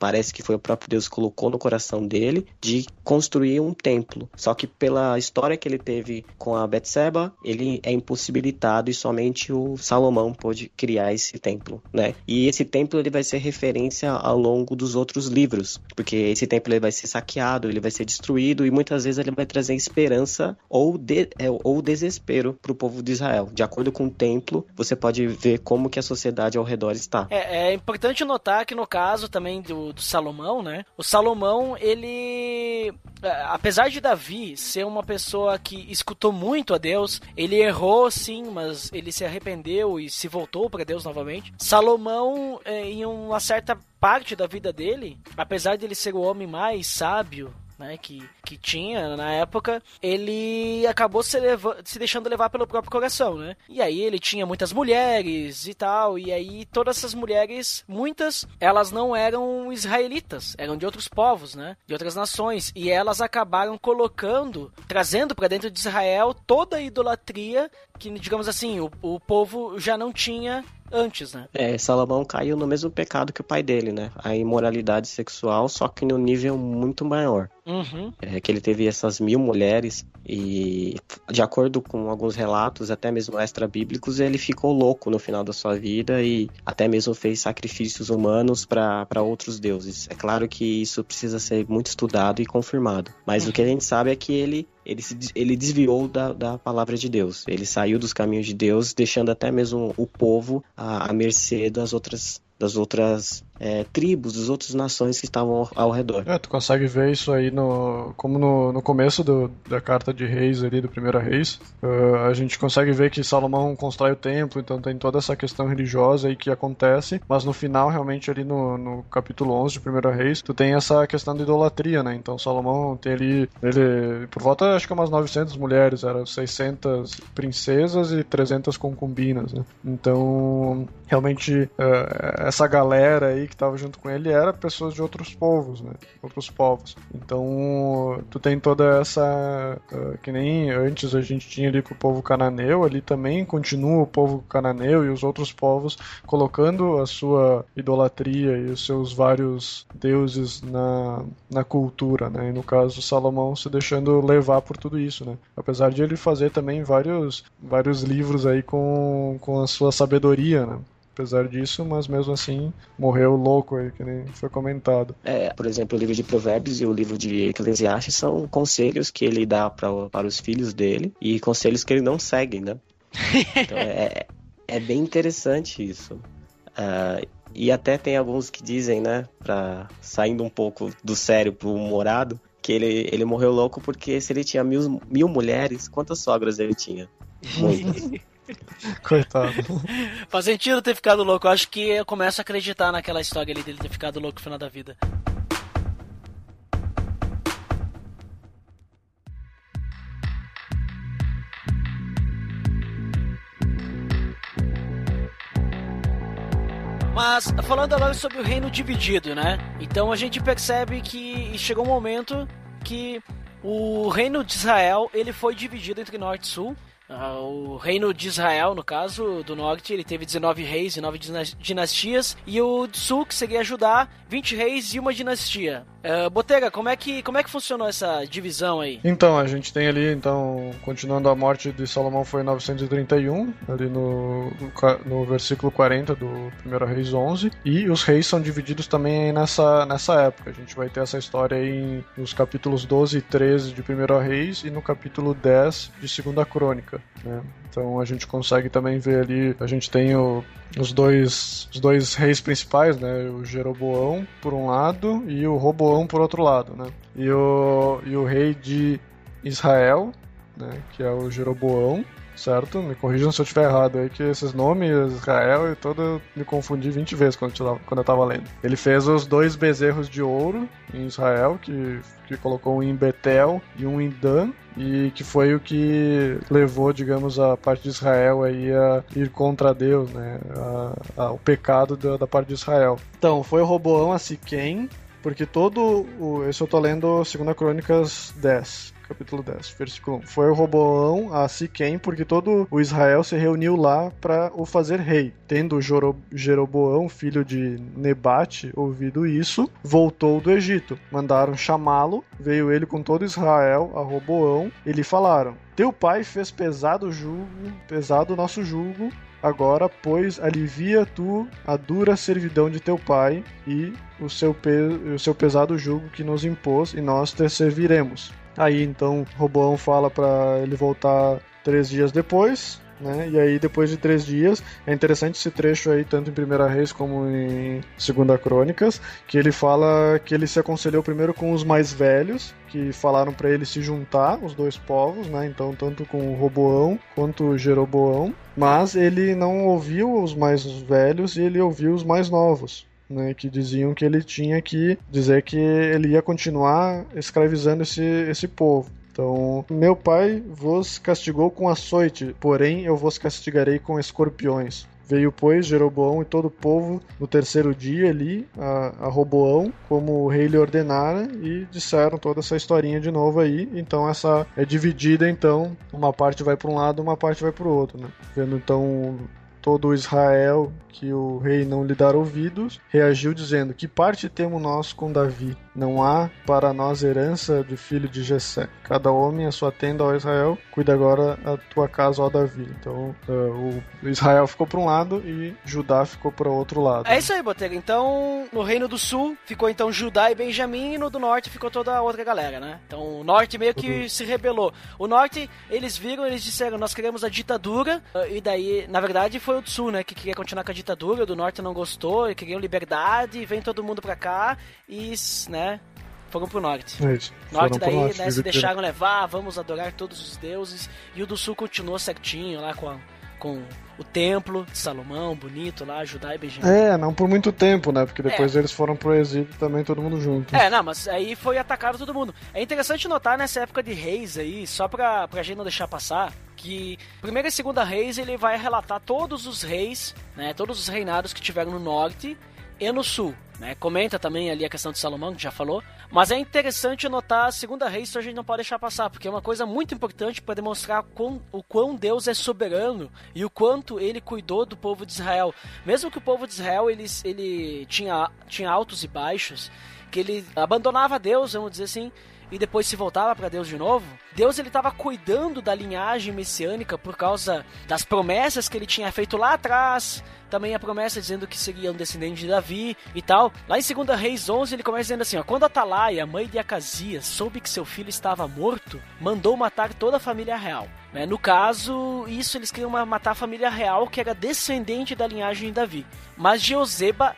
parece que foi o próprio Deus que colocou no coração dele, de construir um templo. Só que pela história que ele teve com a Betseba, ele é impossibilitado e somente o Salomão pôde criar esse templo, né? E esse templo ele vai ser referência ao longo dos outros livros, porque esse templo ele vai ser saqueado, ele vai ser destruído e muitas vezes ele vai trazer esperança ou desespero para o povo de Israel. De acordo com o templo, você pode ver como que a sociedade ao redor está. É importante notar que no caso também do Salomão, né? O Salomão, ele... apesar de Davi ser uma pessoa que escutou muito a Deus, ele errou sim, mas ele se arrependeu e se voltou para Deus novamente. Salomão, em uma certa parte da vida dele, apesar de ele ser o homem mais sábio, né, que tinha na época, ele acabou se deixando levar pelo próprio coração, né? E aí ele tinha muitas mulheres e tal, e aí todas essas mulheres, muitas, elas não eram israelitas, eram de outros povos, né? De outras nações, e elas acabaram trazendo para dentro de Israel toda a idolatria que, digamos assim, o povo já não tinha antes, né? Salomão caiu no mesmo pecado que o pai dele, né? A imoralidade sexual, só que no nível muito maior. Uhum. Que ele teve essas 1000 mulheres e, de acordo com alguns relatos, até mesmo extra-bíblicos, ele ficou louco no final da sua vida e até mesmo fez sacrifícios humanos para outros deuses. É claro que isso precisa ser muito estudado e confirmado, mas o que a gente sabe é que ele desviou da palavra de Deus. Ele saiu dos caminhos de Deus, deixando até mesmo o povo à mercê das outras tribos, das outras nações que estavam ao redor. Tu consegue ver isso aí como no começo da carta de Reis ali, do primeiro Reis, a gente consegue ver que Salomão constrói o templo, então tem toda essa questão religiosa aí que acontece, mas no final, realmente ali no capítulo 11 de primeiro Reis, tu tem essa questão da idolatria, né? Então Salomão tem ali, ele por volta, acho que umas 900 mulheres, eram 600 princesas e 300 concubinas, né? Então, realmente, essa galera aí que tava junto com ele era pessoas de outros povos, né? Outros povos. Então, tu tem toda essa... que nem antes a gente tinha ali com o povo cananeu, ali também continua o povo cananeu e os outros povos colocando a sua idolatria e os seus vários deuses na cultura, né? E no caso, Salomão se deixando levar por tudo isso, né? Apesar de ele fazer também vários livros aí com a sua sabedoria, né? Apesar disso, mas mesmo assim morreu louco aí, que nem foi comentado. Por exemplo, o livro de Provérbios e o livro de Eclesiastes são conselhos que ele dá para os filhos dele e conselhos que ele não segue, né? Então é bem interessante isso. E até tem alguns que dizem, né, saindo um pouco do sério pro humorado, que ele morreu louco porque se ele tinha 1000 mulheres, quantas sogras ele tinha? Muitas. Coitado. Faz sentido ter ficado louco. Eu acho que eu começo a acreditar naquela história ali dele ter ficado louco no final da vida. Mas falando agora sobre o reino dividido, né? Então a gente percebe que chegou um momento que o reino de Israel ele foi dividido entre norte e sul. O reino de Israel, no caso, do norte, ele teve 19 reis e 9 dinastias, e o do sul, que seria Judá, 20 reis e uma dinastia. Botega, como é que funcionou essa divisão aí? Então, a gente tem ali, continuando, a morte de Salomão foi em 931, ali no versículo 40 do 1 Reis 11, e os reis são divididos também nessa época. A gente vai ter essa história aí nos capítulos 12 e 13 de 1 Reis e no capítulo 10 de 2 Crônica, né? Então a gente consegue também ver ali, a gente tem os dois reis principais, né? O Jeroboão por um lado e o Roboão por outro lado, né? E o rei de Israel, né? Que é o Jeroboão, certo? Me corrijam se eu estiver errado aí, que esses nomes, Israel e todo, eu me confundi 20 vezes quando eu tava lendo. Ele fez os 2 bezerros de ouro em Israel, que colocou um em Betel e um em Dan, e que foi o que levou, digamos, a parte de Israel aí a ir contra Deus, né? O pecado da parte de Israel. Então, foi o Roboão a Siquém, porque esse eu tô lendo 2 Crônicas 10, capítulo 10, versículo 1. Foi o Roboão a Siquém, porque todo o Israel se reuniu lá para o fazer rei. Tendo Jeroboão, filho de Nebate, ouvido isso, voltou do Egito. Mandaram chamá-lo, veio ele com todo Israel a Roboão, e lhe falaram: teu pai fez pesado o nosso jugo. Agora, pois, alivia tu a dura servidão de teu pai e o seu pesado jugo que nos impôs, e nós te serviremos. Aí, então, Roboão fala para ele voltar 3 dias depois, né? E aí, depois de 3 dias, é interessante esse trecho aí, tanto em 1 Reis como em 2 Crônicas, que ele fala que ele se aconselhou primeiro com os mais velhos, que falaram para ele se juntar, os 2 povos, né? Então, tanto com o Roboão quanto o Jeroboão, mas ele não ouviu os mais velhos e ele ouviu os mais novos, né? Que diziam que ele tinha que dizer que ele ia continuar escravizando esse povo. Então, meu pai vos castigou com açoite, porém eu vos castigarei com escorpiões. Veio, pois, Jeroboão e todo o povo no 3º dia ali a Roboão, como o rei lhe ordenara, e disseram toda essa historinha de novo aí. Então essa é dividida, então, uma parte vai para um lado, uma parte vai para o outro, né? Vendo então todo o Israel que o rei não lhe dar ouvidos, reagiu dizendo: que parte temos nós com Davi? Não há para nós herança de filho de Jessé. Cada homem a sua tenda, ó Israel, cuida agora a tua casa, ó Davi. Então o Israel ficou para um lado e Judá ficou para o outro lado. É isso aí, Botega. Então, no Reino do Sul ficou então Judá e Benjamim, e no do Norte ficou toda a outra galera, né? Então o Norte meio que se rebelou. O Norte, eles disseram: nós queremos a ditadura, e daí, na verdade, foi o do Sul, né, que queria continuar com a ditadura. O do Norte não gostou, e queriam liberdade, vem todo mundo pra cá e, né, foram pro Norte. Norte daí, norte, né, se deixaram levar, vamos adorar todos os deuses, e o do Sul continuou certinho lá com o templo de Salomão, bonito lá, Judá e Benjamim. Não por muito tempo, né, porque depois eles foram pro exílio também, todo mundo junto. Não, mas aí foi atacado todo mundo. É interessante notar nessa época de reis aí, só pra gente não deixar passar, que 1ª e 2ª Reis ele vai relatar todos os reis, né, todos os reinados que tiveram no Norte e no Sul, né? Comenta também ali a questão de Salomão, que já falou, mas é interessante notar a 2ª Reis, isso a gente não pode deixar passar, porque é uma coisa muito importante para demonstrar o quão Deus é soberano e o quanto ele cuidou do povo de Israel. Mesmo que o povo de Israel ele tinha altos e baixos, que ele abandonava Deus, vamos dizer assim, e depois se voltava para Deus de novo, Deus ele estava cuidando da linhagem messiânica por causa das promessas que ele tinha feito lá atrás, também a promessa dizendo que seria um descendente de Davi e tal. Lá em 2 Reis 11 ele começa dizendo assim, ó: quando Atalaia, mãe de Acasias, soube que seu filho estava morto, mandou matar toda a família real. No caso, isso eles queriam matar a família real que era descendente da linhagem de Davi. Mas Jeoseba,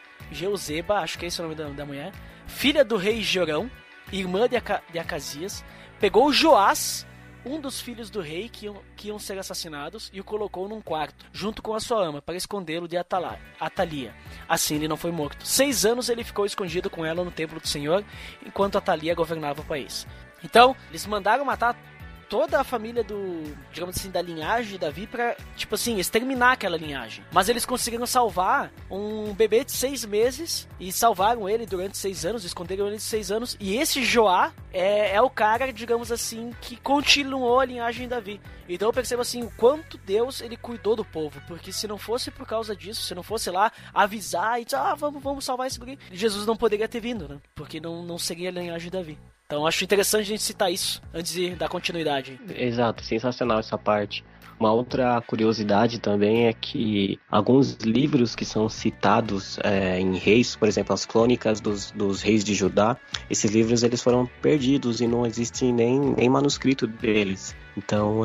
acho que é esse o nome da mulher, filha do rei Jorão, irmã de Acasias, pegou Joás, um dos filhos do rei que iam ser assassinados, e o colocou num quarto, junto com a sua ama, para escondê-lo de Atalia. Assim ele não foi morto. 6 anos ele ficou escondido com ela no templo do Senhor, enquanto Atalia governava o país. Então, eles mandaram matar toda a família digamos assim, da linhagem de Davi pra, tipo assim, exterminar aquela linhagem. Mas eles conseguiram salvar um bebê de 6 meses e salvaram ele durante 6 anos, esconderam ele de 6 anos. E esse Joá é o cara, digamos assim, que continuou a linhagem de Davi. Então eu percebo assim, o quanto Deus ele cuidou do povo, porque se não fosse por causa disso, se não fosse lá avisar e dizer, vamos salvar esse guri, Jesus não poderia ter vindo, né? Porque não seria a linhagem de Davi. Então acho interessante a gente citar isso antes de dar continuidade. Exato, sensacional essa parte. Uma outra curiosidade também é que alguns livros que são citados em reis, por exemplo, as crônicas dos reis de Judá, esses livros eles foram perdidos e não existe nem manuscrito deles. Então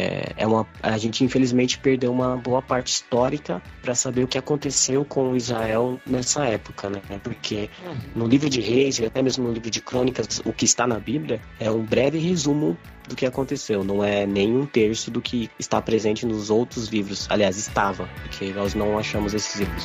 a gente infelizmente perdeu uma boa parte histórica para saber o que aconteceu com Israel nessa época, né? Porque no livro de reis e até mesmo no livro de crônicas, o que está na Bíblia é um breve resumo do que aconteceu, não é nem 1/3 do que está presente nos outros livros. Aliás, estava, porque nós não achamos esses livros.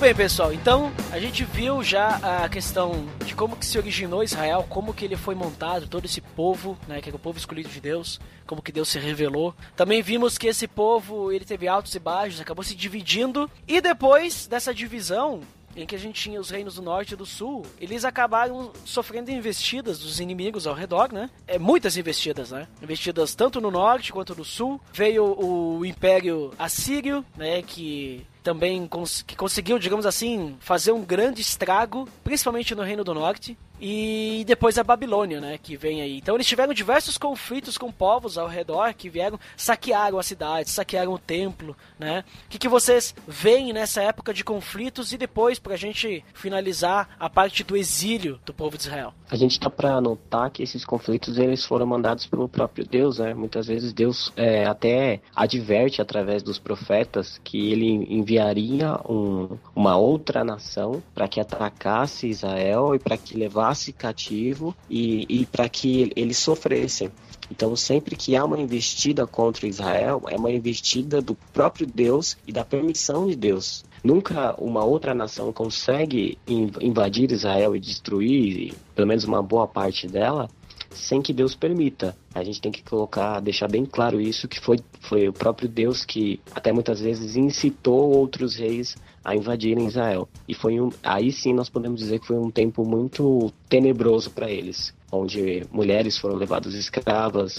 bem, pessoal, então a gente viu já a questão de como que se originou Israel, como que ele foi montado, todo esse povo, né, que era o povo escolhido de Deus, como que Deus se revelou. Também vimos que esse povo, ele teve altos e baixos, acabou se dividindo, e depois dessa divisão, em que a gente tinha os reinos do norte e do sul, eles acabaram sofrendo investidas dos inimigos ao redor, né? Muitas investidas, né? Investidas tanto no norte quanto no sul. Veio o Império Assírio, né? Que também conseguiu, digamos assim, fazer um grande estrago, principalmente no Reino do Norte. E depois a Babilônia, né, que vem aí. Então eles tiveram diversos conflitos com povos ao redor que vieram, saquearam a cidade, saquearam o templo, né. O que vocês veem nessa época de conflitos e depois, pra gente finalizar, a parte do exílio do povo de Israel? A gente tá para notar que esses conflitos eles foram mandados pelo próprio Deus, né? Muitas vezes Deus até adverte através dos profetas que ele enviaria uma outra nação para que atacasse Israel e para que levasse cativo e para que eles sofressem. Então, sempre que há uma investida contra Israel, é uma investida do próprio Deus e da permissão de Deus. Nunca uma outra nação consegue invadir Israel e destruir, pelo menos uma boa parte dela, sem que Deus permita. A gente tem que deixar bem claro isso, que foi o próprio Deus que até muitas vezes incitou outros reis a invadirem Israel. E aí sim nós podemos dizer que foi um tempo muito tenebroso para eles, onde mulheres foram levadas escravas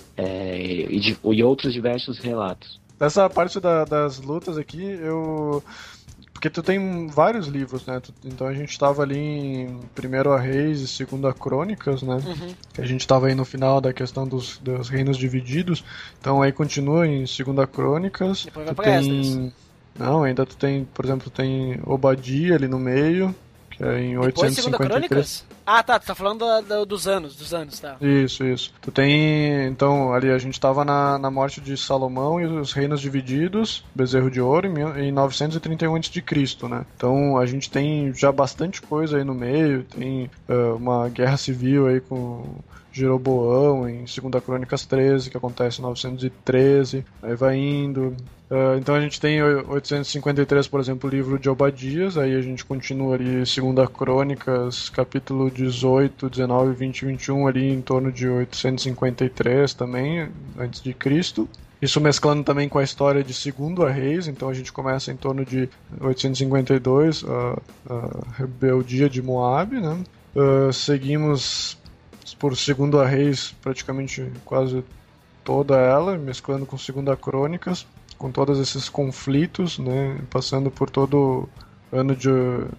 e outros diversos relatos. Nessa parte das lutas aqui, porque tu tem vários livros, né? Então a gente estava ali em 1 Reis e 2 Crônicas, né? Uhum. Que a gente estava aí no final da questão dos reinos divididos. Então aí continua em 2 Crônicas. Depois vai pra Esdras. Não, ainda tu tem, por exemplo, tem Obadia ali no meio, que é em 853. Ah, tá, tu tá falando dos anos, tá. Isso. Tu tem, então, ali a gente tava na morte de Salomão e os reinos divididos, Bezerro de Ouro, em 931 a.C., né? Então a gente tem já bastante coisa aí no meio, tem uma guerra civil aí com Jeroboão em 2 Crônicas 13, que acontece em 913, aí vai indo. Então a gente tem 853, por exemplo, o livro de Obadias, aí a gente continua ali 2 Crônicas, capítulo 18, 19, 20 e 21, ali em torno de 853 também, antes de Cristo. Isso mesclando também com a história de 2 Reis, então a gente começa em torno de 852, a rebeldia de Moabe, né? Seguimos por 2 Reis, praticamente quase toda ela, mesclando com 2 Crônicas, com todos esses conflitos, né, passando por todo o ano de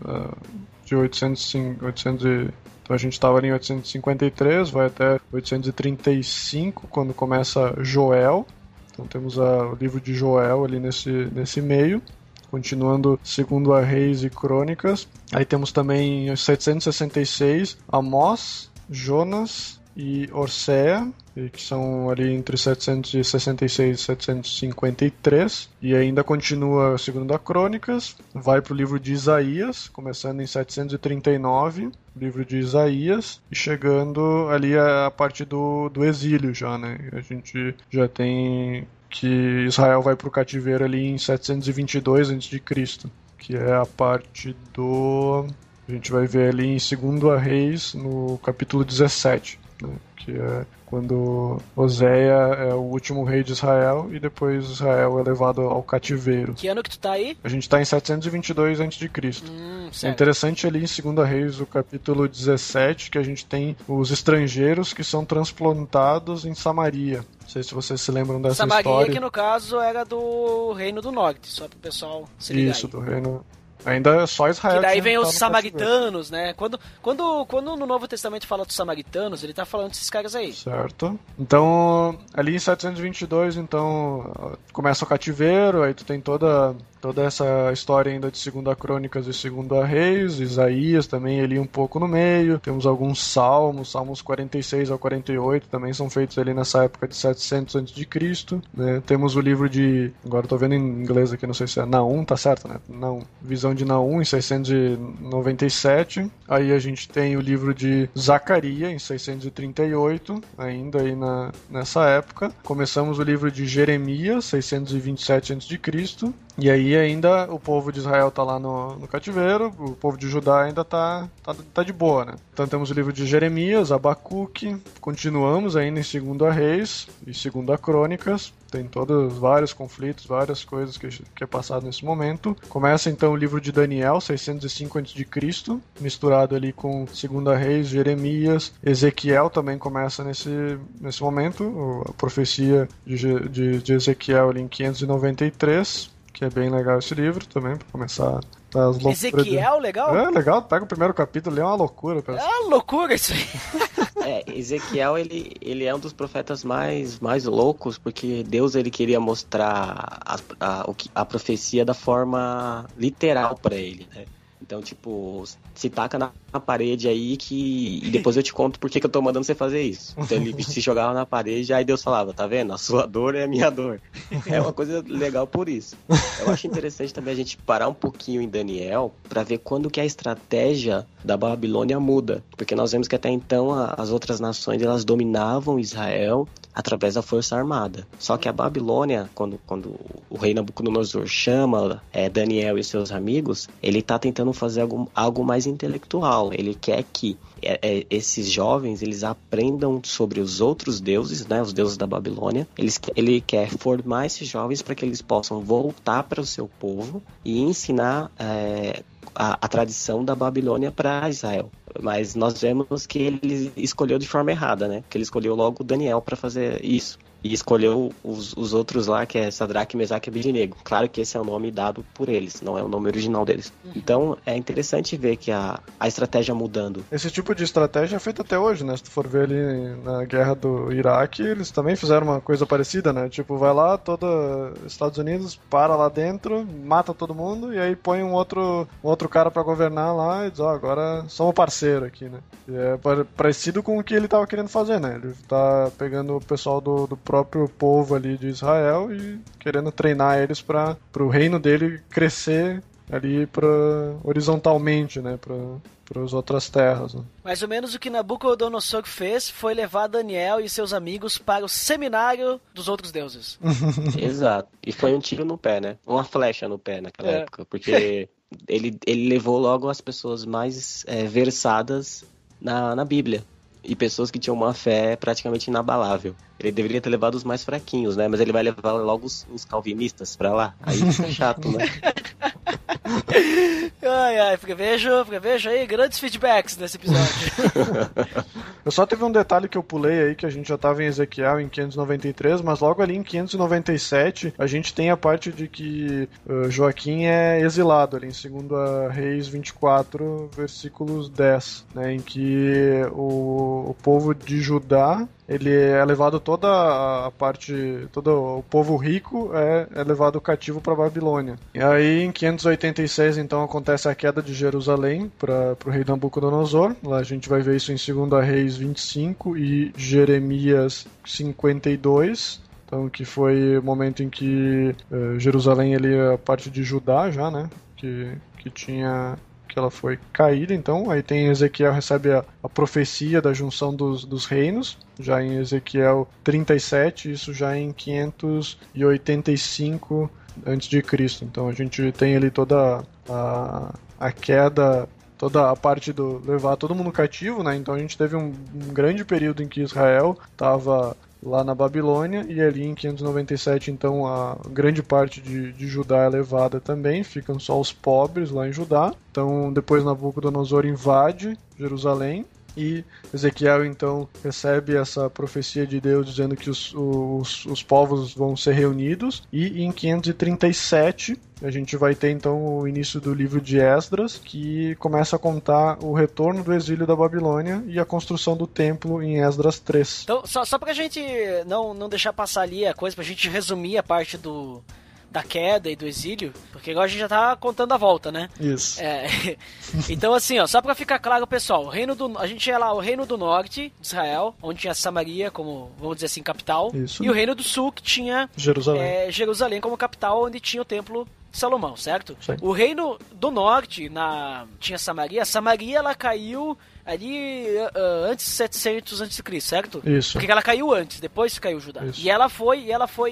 800, então a gente estava ali em 853, vai até 835, quando começa Joel. Então temos o livro de Joel ali nesse meio, continuando 2 Reis e Crônicas. Aí temos também em 766 Amós, Jonas e Osséia, que são ali entre 766 e 753, e ainda continua 2 Crônicas, vai para o livro de Isaías, começando em 739, livro de Isaías, e chegando ali a parte do exílio já, né? A gente já tem que Israel vai para o cativeiro ali em 722 a.C., que é a parte do... A gente vai ver ali em 2 Reis, no capítulo 17, né, que é quando Oséia é o último rei de Israel e depois Israel é levado ao cativeiro. Que ano que tu tá aí? A gente tá em 722 a.C. É interessante ali em 2 Reis, o capítulo 17, que a gente tem os estrangeiros que são transplantados em Samaria. Não sei se vocês se lembram dessa Samaria, história. Samaria, que no caso era do Reino do Norte, só pro pessoal se ligar. Isso, do Reino... Ainda é só Israel. Que daí vem os samaritanos, né? Quando no Novo Testamento fala dos samaritanos, ele tá falando desses caras aí. Certo. Então, ali em 722, então, começa o cativeiro, aí tu tem toda essa história ainda de 2 Crônicas e 2 Reis, Isaías também ali um pouco no meio, temos alguns salmos 46 ao 48 também são feitos ali nessa época de 700 a.C., né? Temos o livro de, agora eu tô vendo em inglês aqui, não sei se é Naum, tá certo, né? Não, Visão de Naum em 697, aí a gente tem o livro de Zacarias em 638, ainda aí nessa época. Começamos o livro de Jeremias, 627 a.C., E aí ainda o povo de Israel tá lá no cativeiro, o povo de Judá ainda tá de boa, né? Então temos o livro de Jeremias, Abacuque, continuamos ainda em 2 Reis e 2 Crônicas, tem todos vários conflitos, várias coisas que é passado nesse momento. Começa então o livro de Daniel, 605 a.C., misturado ali com 2 Reis, Jeremias, Ezequiel também começa nesse momento, a profecia de Ezequiel ali em 593, que é bem legal esse livro também, pra começar as loucuras. Ezequiel, legal? É, legal, pega o primeiro capítulo, é uma loucura. É uma loucura isso aí. Ezequiel, ele é um dos profetas mais loucos, porque Deus ele queria mostrar a profecia da forma literal pra ele, né? Então, tipo, se taca na parede aí e depois eu te conto por que eu tô mandando você fazer isso. Então ele se jogava na parede, aí Deus falava, tá vendo? A sua dor é a minha dor. É uma coisa legal por isso. Eu acho interessante também a gente parar um pouquinho em Daniel pra ver quando que a estratégia da Babilônia muda. Porque nós vemos que até então as outras nações, elas dominavam Israel através da força armada. Só que a Babilônia, quando o rei Nabucodonosor chama Daniel e seus amigos, ele tá tentando fazer algo mais intelectual. Ele quer que esses jovens, eles aprendam sobre os outros deuses, né, os deuses da Babilônia. Ele quer formar esses jovens para que eles possam voltar para o seu povo e ensinar a tradição da Babilônia para Israel. Mas nós vemos que ele escolheu de forma errada, né? Que ele escolheu logo Daniel para fazer isso. E escolheu os outros lá, que é Sadraque, Mesaque e Abednego. Claro que esse é o nome dado por eles, não é o nome original deles. Então, é interessante ver que a estratégia mudando. Esse tipo de estratégia é feito até hoje, né? Se tu for ver ali na guerra do Iraque, eles também fizeram uma coisa parecida, né? Tipo, vai lá, todo Estados Unidos para lá dentro, mata todo mundo, e aí põe um outro cara pra governar lá e diz, agora somos parceiro aqui, né? E é parecido com o que ele tava querendo fazer, né? Ele tá pegando o pessoal do próprio povo ali de Israel e querendo treinar eles para o reino dele crescer ali horizontalmente, né, para as outras terras. Né? Mais ou menos o que Nabucodonosor fez foi levar Daniel e seus amigos para o seminário dos outros deuses. Exato. E foi um tiro no pé, né? Uma flecha no pé naquela época, porque ele levou logo as pessoas mais versadas na Bíblia. E pessoas que tinham uma fé praticamente inabalável. Ele deveria ter levado os mais fraquinhos, né? Mas ele vai levar logo os calvinistas pra lá. Aí fica chato, né? Porque vejo aí grandes feedbacks nesse episódio. Eu só teve um detalhe que eu pulei aí, que a gente já estava em Ezequiel em 593, mas logo ali em 597 a gente tem a parte de que Joaquim é exilado ali em 2 Reis 24, versículos 10, né, em que o povo de Judá, ele é levado toda a parte, todo o povo rico é levado cativo para Babilônia. E aí em 586 então acontece a queda de Jerusalém para o rei Nabucodonosor. Lá a gente vai ver isso em 2 Reis 25 e Jeremias 52. Então, que foi o momento em que Jerusalém ali é a parte de Judá já, né, que ela foi caída. Então aí tem Ezequiel recebe a profecia da junção dos reinos, já em Ezequiel 37, isso já em 585 a.C. Então a gente tem ali toda a queda, toda a parte do levar todo mundo cativo, né? Então a gente teve um grande período em que Israel estava lá na Babilônia, e ali em 597 então a grande parte de Judá é levada também, ficam só os pobres lá em Judá. Então depois Nabucodonosor invade Jerusalém e Ezequiel então recebe essa profecia de Deus dizendo que os povos vão ser reunidos, e em 537 a gente vai ter então o início do livro de Esdras, que começa a contar o retorno do exílio da Babilônia e a construção do templo em Esdras 3. Então, só pra gente não deixar passar ali a coisa, pra gente resumir a parte da queda e do exílio, porque agora a gente já tá contando a volta, né? Isso. Então assim, ó, só pra ficar claro, pessoal, a gente tinha lá o reino do norte de Israel, onde tinha Samaria como, vamos dizer assim, capital. Isso. E o reino do sul, que tinha Jerusalém como capital, onde tinha o templo de de Salomão, certo? Sim. O reino do norte, tinha Samaria. Samaria, ela caiu ali antes de 700 a.C., certo? Isso. Porque ela caiu antes, depois caiu Judá. Isso. E ela foi,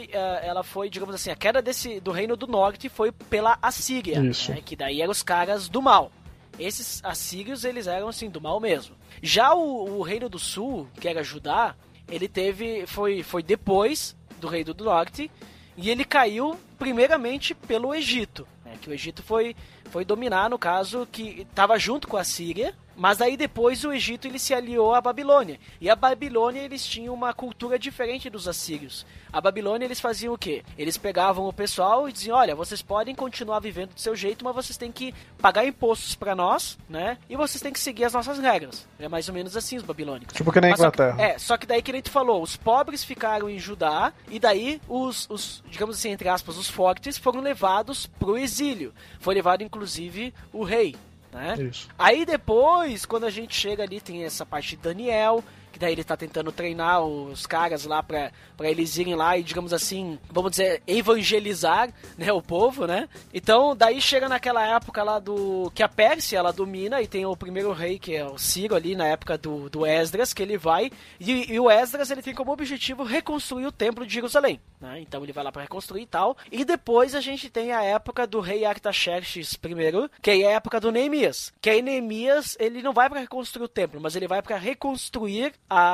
digamos assim, a queda do reino do norte foi pela Assíria. Isso. Né? Que daí eram os caras do mal. Esses assírios, eles eram assim, do mal mesmo. Já o reino do sul, que era Judá, ele foi depois do reino do norte, e ele caiu primeiramente pelo Egito, né? Que o Egito foi dominar, no caso, que estava junto com a Síria, mas aí depois o Egito ele se aliou à Babilônia. E a Babilônia, eles tinham uma cultura diferente dos assírios. A Babilônia, eles faziam o quê? Eles pegavam o pessoal e diziam, olha, vocês podem continuar vivendo do seu jeito, mas vocês têm que pagar impostos para nós, né? E vocês têm que seguir as nossas regras. É mais ou menos assim os babilônicos. Tipo que na Inglaterra. Só que daí que nem tu falou, os pobres ficaram em Judá, e daí os digamos assim, entre aspas, os fortes foram levados pro exílio. Foi levado, inclusive, o rei. Né? Isso. Aí depois, quando a gente chega ali, tem essa parte de Daniel, que daí ele tá tentando treinar os caras lá pra eles irem lá e, digamos assim, vamos dizer, evangelizar, né, o povo, né? Então, daí chega naquela época lá que a Pérsia, ela domina, e tem o primeiro rei, que é o Ciro ali, na época do Esdras, que ele vai, e o Esdras, ele tem como objetivo reconstruir o templo de Jerusalém, né? Então ele vai lá pra reconstruir e tal, e depois a gente tem a época do rei Artaxerxes I, que é a época do Neemias, que aí Neemias, ele não vai pra reconstruir o templo, mas ele vai pra reconstruir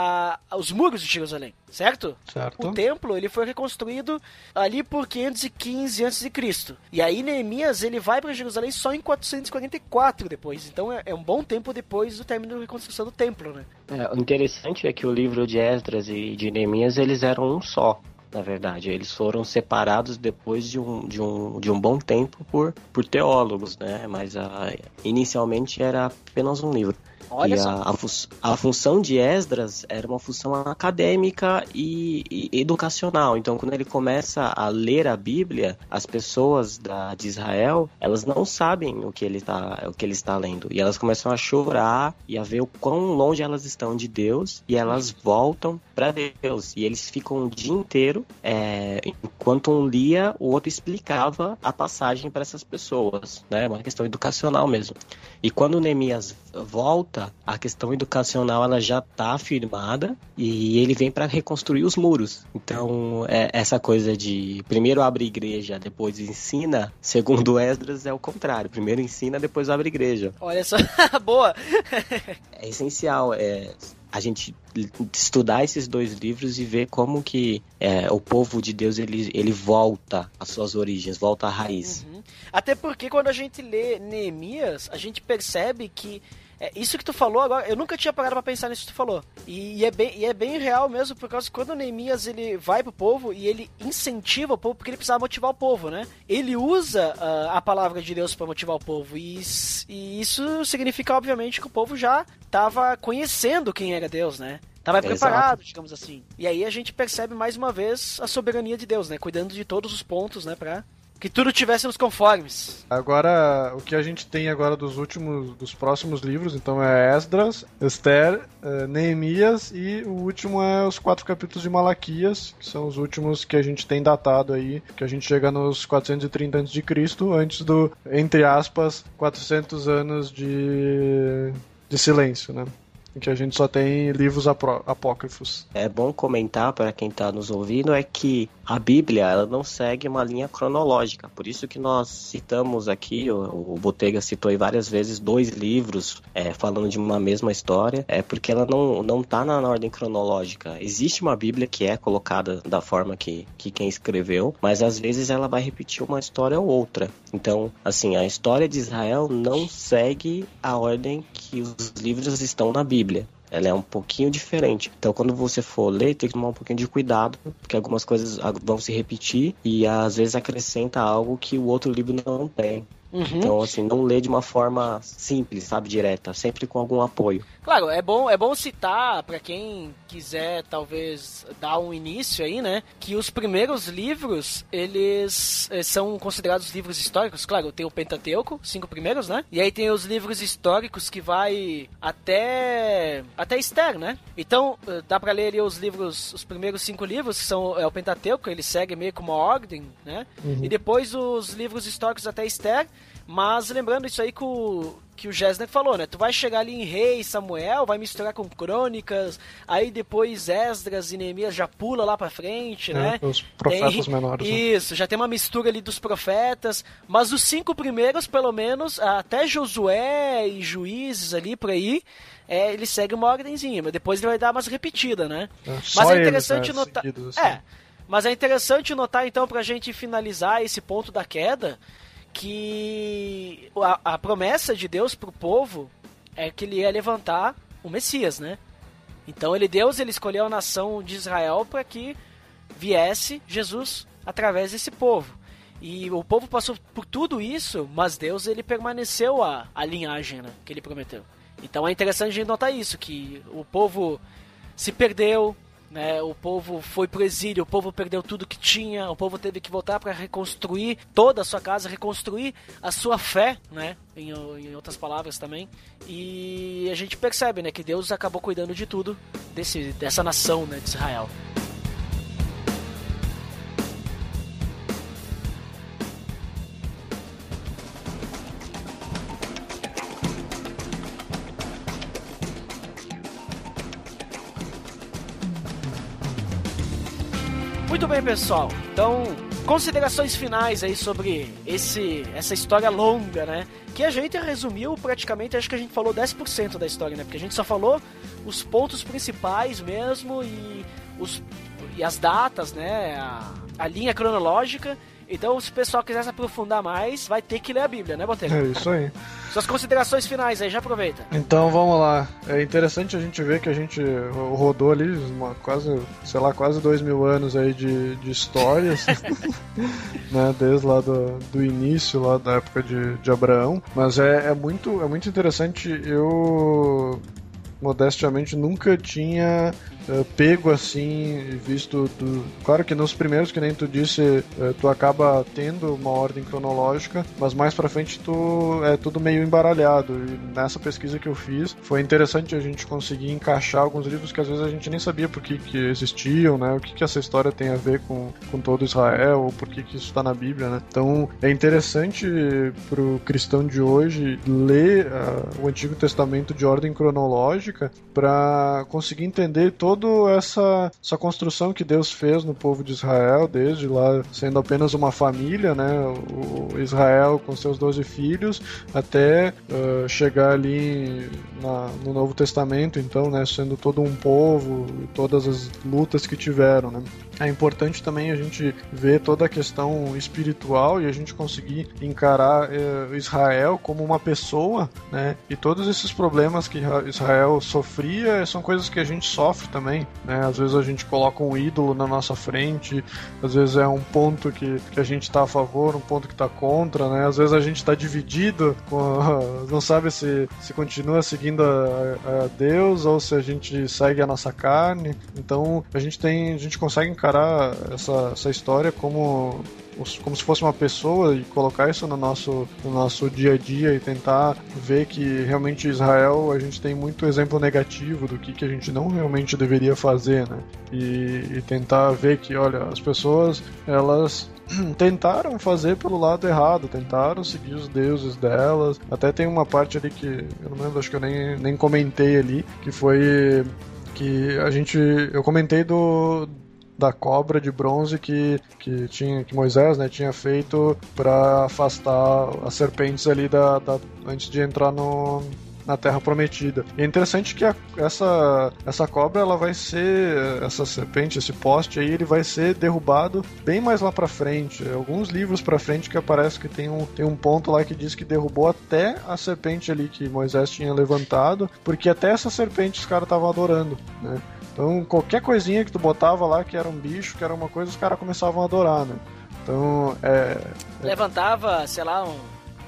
os muros de Jerusalém, certo? O templo, ele foi reconstruído ali por 515 a.C. E aí Neemias, ele vai para Jerusalém só em 444 depois. Então é um bom tempo depois do término da reconstrução do templo, né? O interessante é que o livro de Esdras e de Neemias, eles eram um só. Na verdade, eles foram separados depois de um bom tempo por teólogos, né? Mas inicialmente era apenas um livro. Olha só. A função de Esdras era uma função acadêmica e educacional. Então, quando ele começa a ler a Bíblia, as pessoas de Israel, elas não sabem o que ele está lendo. E elas começam a chorar e a ver o quão longe elas estão de Deus, e elas voltam para Deus. E eles ficam o dia inteiro, enquanto um lia, o outro explicava a passagem para essas pessoas, né? Uma questão educacional mesmo. E quando Neemias volta, a questão educacional ela já está afirmada, e ele vem para reconstruir os muros. Então, essa coisa de primeiro abre igreja, depois ensina, segundo Esdras, é o contrário. Primeiro ensina, depois abre igreja. Olha só, boa! É essencial a gente estudar esses dois livros e ver como que o povo de Deus ele volta às suas origens, volta à raiz. Uhum. Até porque quando a gente lê Neemias, a gente percebe que isso que tu falou agora, eu nunca tinha parado pra pensar nisso que tu falou. E é bem real mesmo, por causa que quando o Neemias ele vai pro povo e ele incentiva o povo, porque ele precisava motivar o povo, né? Ele usa a palavra de Deus pra motivar o povo. E isso significa, obviamente, que o povo já tava conhecendo quem era Deus, né? Tava preparado, digamos assim. E aí a gente percebe mais uma vez a soberania de Deus, né? Cuidando de todos os pontos, né? Pra que tudo tivesse nos conformes. Agora, o que a gente tem agora dos próximos livros, então é Esdras, Esther, Neemias, e o último é os 4 capítulos de Malaquias, que são os últimos que a gente tem datado aí, que a gente chega nos 430 a.C., antes do, entre aspas, 400 anos de silêncio, né? Em que a gente só tem livros apócrifos. É bom comentar para quem está nos ouvindo é que a Bíblia ela não segue uma linha cronológica. Por isso que nós citamos aqui, o Botega citou aí várias vezes 2 livros falando de uma mesma história, porque ela não está na ordem cronológica. Existe uma Bíblia que é colocada da forma que quem escreveu, mas às vezes ela vai repetir uma história ou outra. Então, assim, a história de Israel não segue a ordem que os livros estão na Bíblia. Ela é um pouquinho diferente. Então, quando você for ler, tem que tomar um pouquinho de cuidado, porque algumas coisas vão se repetir e às vezes acrescenta algo que o outro livro não tem. Então, assim, não lê de uma forma simples, sabe, direta, sempre com algum apoio. Claro, é bom citar, pra quem quiser talvez dar um início aí, né, que os primeiros livros, eles são considerados livros históricos. Claro, tem o Pentateuco, 5 primeiros, né, e aí tem os livros históricos que vai até Esther, né. Então, dá pra ler ali os primeiros 5 livros, que são o Pentateuco, ele segue meio como uma ordem, né, e depois os livros históricos até Esther. Mas lembrando isso aí que o Gessner falou, né? Tu vai chegar ali em Reis, Samuel, vai misturar com Crônicas, aí depois Esdras e Neemias já pula lá pra frente, né? Os profetas menores. Isso, já tem uma mistura ali dos profetas, mas os 5 primeiros, pelo menos, até Josué e Juízes ali, por aí, ele segue uma ordenzinha, mas depois ele vai dar umas repetidas, né? Mas é interessante notar... seguidos, assim. Mas é interessante notar, então, pra gente finalizar esse ponto da queda, que a promessa de Deus pro povo é que ele ia levantar o Messias, né? Então Deus escolheu a nação de Israel para que viesse Jesus através desse povo. E o povo passou por tudo isso, mas Deus permaneceu a linhagem, né, que ele prometeu. Então é interessante a gente notar isso, que o povo se perdeu, né, o povo foi pro exílio, o povo perdeu tudo que tinha, o povo teve que voltar para reconstruir toda a sua casa, reconstruir a sua fé, né, em outras palavras também. E a gente percebe, né, que Deus acabou cuidando de tudo dessa nação, né, de Israel. Muito bem, pessoal. Então, considerações finais aí sobre essa história longa, né? Que a gente resumiu praticamente, acho que a gente falou 10% da história, né? Porque a gente só falou os pontos principais mesmo e as datas, né? A linha cronológica. Então, se o pessoal quiser se aprofundar mais, vai ter que ler a Bíblia, né, Botelho? É isso aí. Suas considerações finais aí, já aproveita. Então, vamos lá. É interessante a gente ver que a gente rodou ali quase 2000 anos aí de histórias, né, desde lá do início, lá da época de Abraão. Mas é muito interessante. Eu, modestamente, nunca tinha pego assim, visto claro que nos primeiros, que nem tu disse, tu acaba tendo uma ordem cronológica, mas mais pra frente é tudo meio embaralhado, e nessa pesquisa que eu fiz foi interessante a gente conseguir encaixar alguns livros que às vezes a gente nem sabia por que existiam, né, o que essa história tem a ver com todo Israel, ou por que isso tá na Bíblia, né. Então é interessante pro cristão de hoje ler o Antigo Testamento de ordem cronológica para conseguir entender toda essa construção que Deus fez no povo de Israel, desde lá sendo apenas uma família, né, o Israel com seus 12 filhos, até chegar ali no Novo Testamento, então, né, sendo todo um povo, todas as lutas que tiveram, né. É importante também a gente ver toda a questão espiritual e a gente conseguir encarar Israel como uma pessoa, né, e todos esses problemas que Israel sofria são coisas que a gente sofre também, né? Às vezes a gente coloca um ídolo na nossa frente, às vezes é um ponto que a gente está a favor, um ponto que está contra, né? Às vezes a gente está dividido, não sabe se continua seguindo a Deus ou se a gente segue a nossa carne. Então a gente consegue encarar essa história como se fosse uma pessoa e colocar isso no nosso dia a dia e tentar ver que realmente Israel, a gente tem muito exemplo negativo do que a gente não realmente deveria fazer, né? E tentar ver que, olha, as pessoas, elas tentaram fazer pelo lado errado, tentaram seguir os deuses delas. Até tem uma parte ali que eu não lembro, acho que eu nem comentei ali, que foi que eu comentei da cobra de bronze que Moisés, né, tinha feito para afastar as serpentes ali antes de entrar na Terra Prometida. E é interessante que essa cobra, ela vai ser, essa serpente, esse poste aí, ele vai ser derrubado bem mais lá pra frente. Alguns livros pra frente que aparece que tem um ponto lá que diz que derrubou até a serpente ali que Moisés tinha levantado, porque até essa serpente os caras estavam adorando, né? Então, qualquer coisinha que tu botava lá, que era um bicho, que era uma coisa, os caras começavam a adorar, né? Então, levantava, sei lá,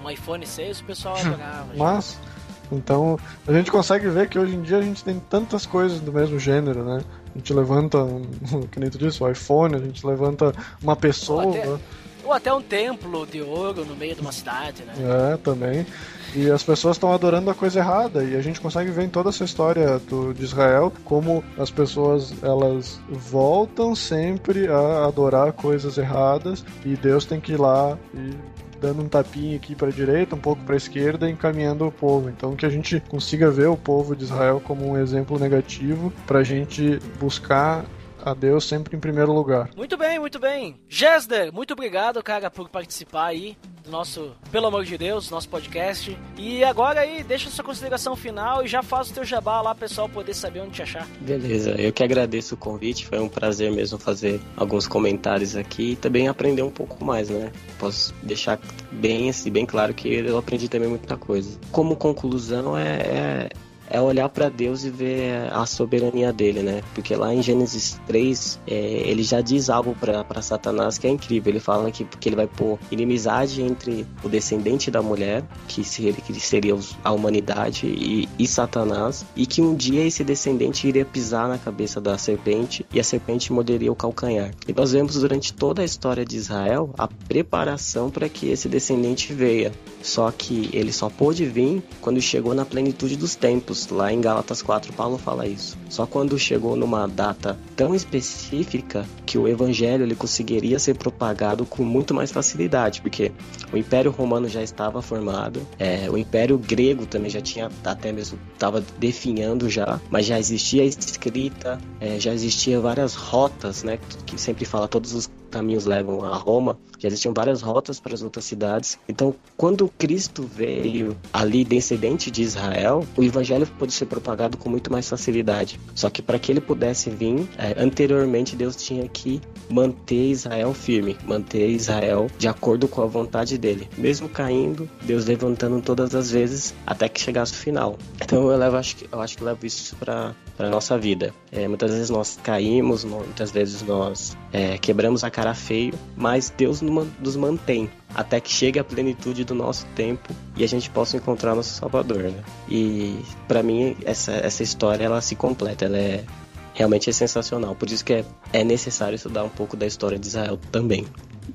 um iPhone 6, o pessoal adorava. Mas, então, a gente consegue ver que hoje em dia a gente tem tantas coisas do mesmo gênero, né? A gente levanta, que nem tu disse, o iPhone, a gente levanta uma pessoa... Ou até um templo de ouro no meio de uma cidade, né? É, também. E as pessoas estão adorando a coisa errada. E a gente consegue ver em toda essa história de Israel como as pessoas, elas voltam sempre a adorar coisas erradas. E Deus tem que ir lá e dando um tapinha aqui para a direita, um pouco para a esquerda, encaminhando o povo. Então que a gente consiga ver o povo de Israel como um exemplo negativo para a gente buscar a Deus sempre em primeiro lugar. Muito bem, muito bem. Gesder, muito obrigado, cara, por participar aí do nosso, pelo amor de Deus, nosso podcast. E agora aí, deixa sua consideração final e já faz o teu jabá lá, pessoal poder saber onde te achar. Beleza, eu que agradeço o convite, foi um prazer mesmo fazer alguns comentários aqui e também aprender um pouco mais, né? Posso deixar bem claro que eu aprendi também muita coisa. Como conclusão, é olhar para Deus e ver a soberania dele, né? Porque lá em Gênesis 3, ele já diz algo para Satanás que é incrível. Ele fala que ele vai pôr inimizade entre o descendente da mulher, que seria a humanidade, e Satanás, e que um dia esse descendente iria pisar na cabeça da serpente e a serpente morderia o calcanhar. E nós vemos durante toda a história de Israel a preparação para que esse descendente venha. Só que ele só pôde vir quando chegou na plenitude dos tempos. Lá em Gálatas 4, Paulo fala isso. Só quando chegou numa data tão específica que o evangelho ele conseguiria ser propagado com muito mais facilidade, porque o Império Romano já estava formado, o Império Grego também já tinha, até mesmo estava definhando já, mas já existia a escrita, já existia várias rotas, né, que sempre fala, todos os caminhos levam a Roma, já existiam várias rotas para as outras cidades. Então, quando Cristo veio ali descendente de Israel, o evangelho pôde ser propagado com muito mais facilidade. Só que para que ele pudesse vir, anteriormente Deus tinha que manter Israel firme, manter Israel de acordo com a vontade dele. Mesmo caindo, Deus levantando todas as vezes até que chegasse o final. Então eu acho que levo isso para a nossa vida. Muitas vezes nós caímos, muitas vezes nós quebramos a cara feio, mas Deus nos mantém até que chegue a plenitude do nosso tempo e a gente possa encontrar nosso Salvador, né? E para mim essa história ela se completa, ela realmente é sensacional, por isso que é necessário estudar um pouco da história de Israel também.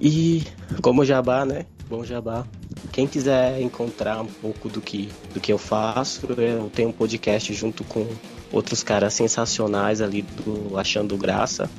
E como jabá, né? Bom jabá. Quem quiser encontrar um pouco do que eu faço, eu tenho um podcast junto com outros caras sensacionais ali do Achando Graça,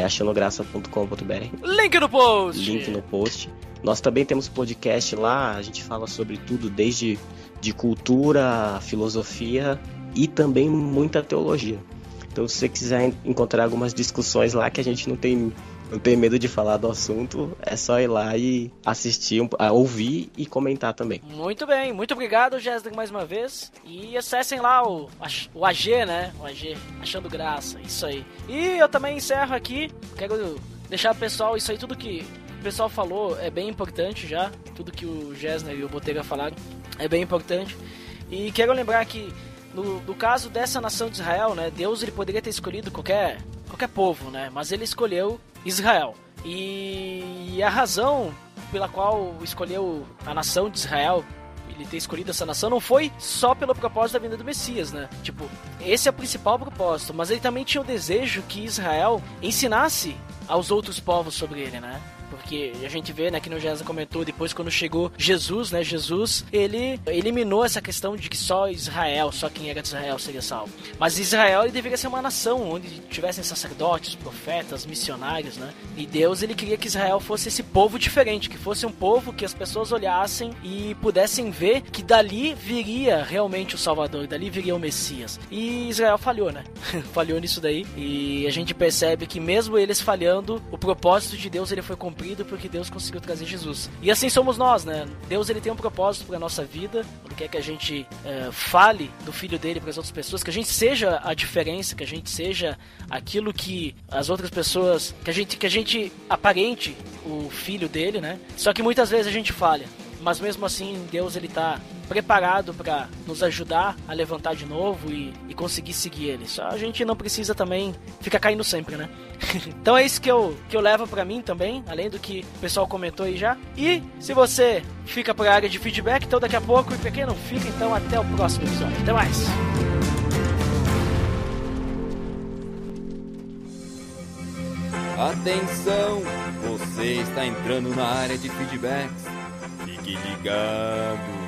achandograça.com.br. Link no post! Link no post. Nós também temos podcast lá, a gente fala sobre tudo, desde de cultura, filosofia e também muita teologia. Então, se você quiser encontrar algumas discussões lá que a gente não tem medo de falar do assunto, é só ir lá e assistir, ouvir e comentar também. Muito bem, muito obrigado, Gesder, mais uma vez. E acessem lá o AG, né? O AG, Achando Graça, isso aí. E eu também encerro aqui, quero deixar o pessoal, isso aí, tudo que o pessoal falou é bem importante já, tudo que o Gesner e o Botega falaram é bem importante. E quero lembrar que no caso dessa nação de Israel, né, Deus ele poderia ter escolhido qualquer povo, né, mas ele escolheu Israel. E a razão pela qual escolheu a nação de Israel, ele ter escolhido essa nação, não foi só pelo propósito da vinda do Messias, né? Tipo, esse é o principal propósito, mas ele também tinha o desejo que Israel ensinasse aos outros povos sobre ele, né? Porque a gente vê, né, que o Jéssica comentou, depois quando chegou Jesus, né, Jesus, ele eliminou essa questão de que só Israel, só quem era de Israel seria salvo. Mas Israel, ele deveria ser uma nação onde tivessem sacerdotes, profetas, missionários, né? E Deus, ele queria que Israel fosse esse povo diferente, que fosse um povo que as pessoas olhassem e pudessem ver que dali viria realmente o Salvador, dali viria o Messias. E Israel falhou, né? Falhou nisso daí. E a gente percebe que mesmo eles falhando, o propósito de Deus, ele foi cumprido, porque Deus conseguiu trazer Jesus. E assim somos nós, né? Deus, ele tem um propósito para a nossa vida. Ele quer que a gente fale do Filho dele para as outras pessoas, que a gente seja a diferença, que a gente seja aquilo que as outras pessoas, que a gente aparente o Filho dele, né? Só que muitas vezes a gente falha. mas mesmo assim Deus ele tá preparado para nos ajudar a levantar de novo e conseguir seguir ele. Só a gente não precisa também ficar caindo sempre, né? Então é isso que eu levo pra mim também, além do que o pessoal comentou aí já. E se você fica pra área de feedback, então daqui a pouco, e pra quem não fica, então até o próximo episódio. Até mais! Atenção, você está entrando na área de feedbacks. Fique ligado.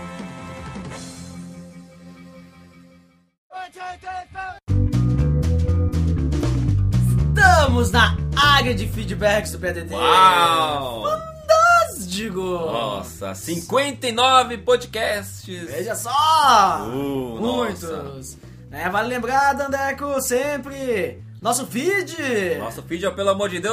Estamos na área de feedbacks do PADD. Uau! Fantástico! Nossa, 59 podcasts. Veja só! Muitos. Nossa. Vale lembrar, Dandeco, sempre nosso feed. Nosso feed é pelo amor de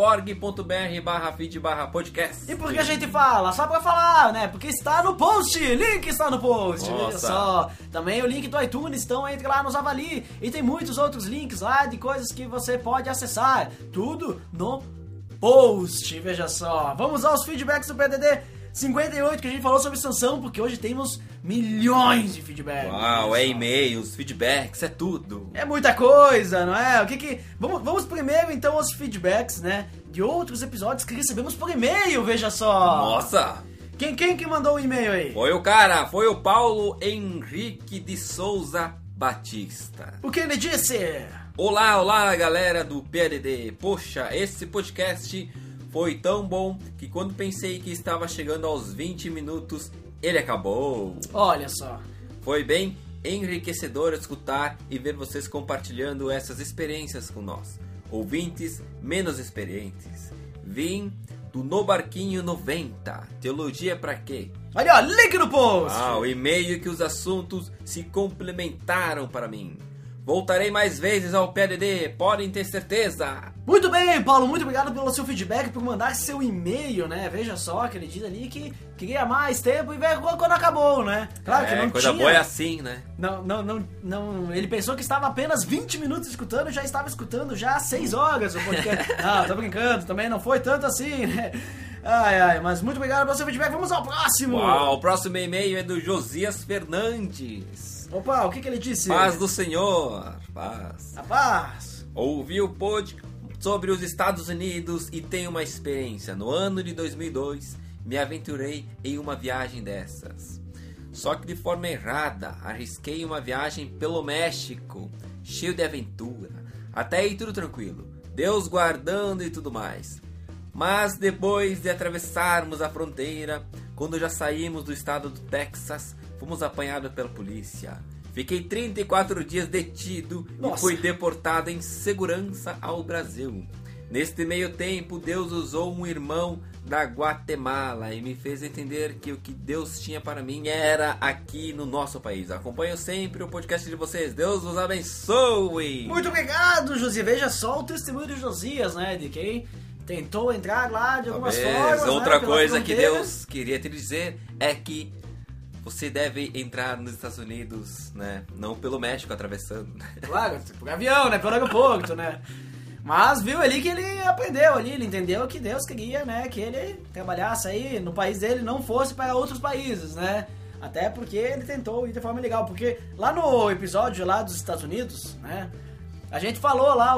Deus.org.br/feed/podcast. E por que a gente fala? Só pra falar, né? Porque está no post, link está no post. Nossa. Veja só. Também o link do iTunes, então entre lá, nos avalie. E tem muitos outros links lá de coisas que você pode acessar. Tudo no post, veja só. Vamos aos feedbacks do PDD 58, que a gente falou sobre Sansão, porque hoje temos milhões de feedbacks. Uau, é e-mails, feedbacks, é tudo. É muita coisa, não é? Vamos primeiro então aos feedbacks, né? De outros episódios que recebemos por e-mail, veja só. Nossa! Quem que mandou o e-mail aí? Foi o Paulo Henrique de Souza Batista. O que ele disse? Olá, galera do PADD. Poxa, esse podcast foi tão bom que quando pensei que estava chegando aos 20 minutos, ele acabou. Olha só. Foi bem enriquecedor escutar e ver vocês compartilhando essas experiências com nós, ouvintes menos experientes. Vim do No Barquinho 90. Teologia pra quê? Olha, ó, link no post. O e-mail que os assuntos se complementaram para mim. Voltarei mais vezes ao PADD, podem ter certeza. Muito bem, Paulo, muito obrigado pelo seu feedback, por mandar seu e-mail, né? Veja só, aquele dia ali que queria mais tempo e veio quando acabou, né? Claro que não coisa tinha... boa é assim, né? Não, ele pensou que estava apenas 20 minutos escutando, já estava escutando já 6 horas o podcast. Não, tô brincando, também não foi tanto assim, né? Mas muito obrigado pelo seu feedback, vamos ao próximo. O próximo e-mail é do Josias Fernandes. Opa, o que ele disse? Paz do Senhor, paz. A paz. Ouvi o pod sobre os Estados Unidos e tenho uma experiência. No ano de 2002, me aventurei em uma viagem dessas. Só que de forma errada, arrisquei uma viagem pelo México, cheio de aventura. Até aí tudo tranquilo, Deus guardando e tudo mais. Mas depois de atravessarmos a fronteira, quando já saímos do estado do Texas, fomos apanhados pela polícia. Fiquei 34 dias detido e fui deportado em segurança ao Brasil. Neste meio tempo, Deus usou um irmão da Guatemala e me fez entender que o que Deus tinha para mim era aqui no nosso país. Acompanho sempre o podcast de vocês. Deus os abençoe! Muito obrigado, Josias. Veja só o testemunho de Josias, né? De quem tentou entrar lá de algumas formas. Outra né, coisa que Deus queria te dizer é que você deve entrar nos Estados Unidos, né? Não pelo México atravessando. Claro, por avião, né? Pelo aeroporto, né? Mas viu ali que ele aprendeu ali, ele entendeu que Deus queria, né? Que ele trabalhasse aí no país dele, não fosse para outros países, né? Até porque ele tentou ir de forma legal. Porque lá no episódio lá dos Estados Unidos, né? A gente falou lá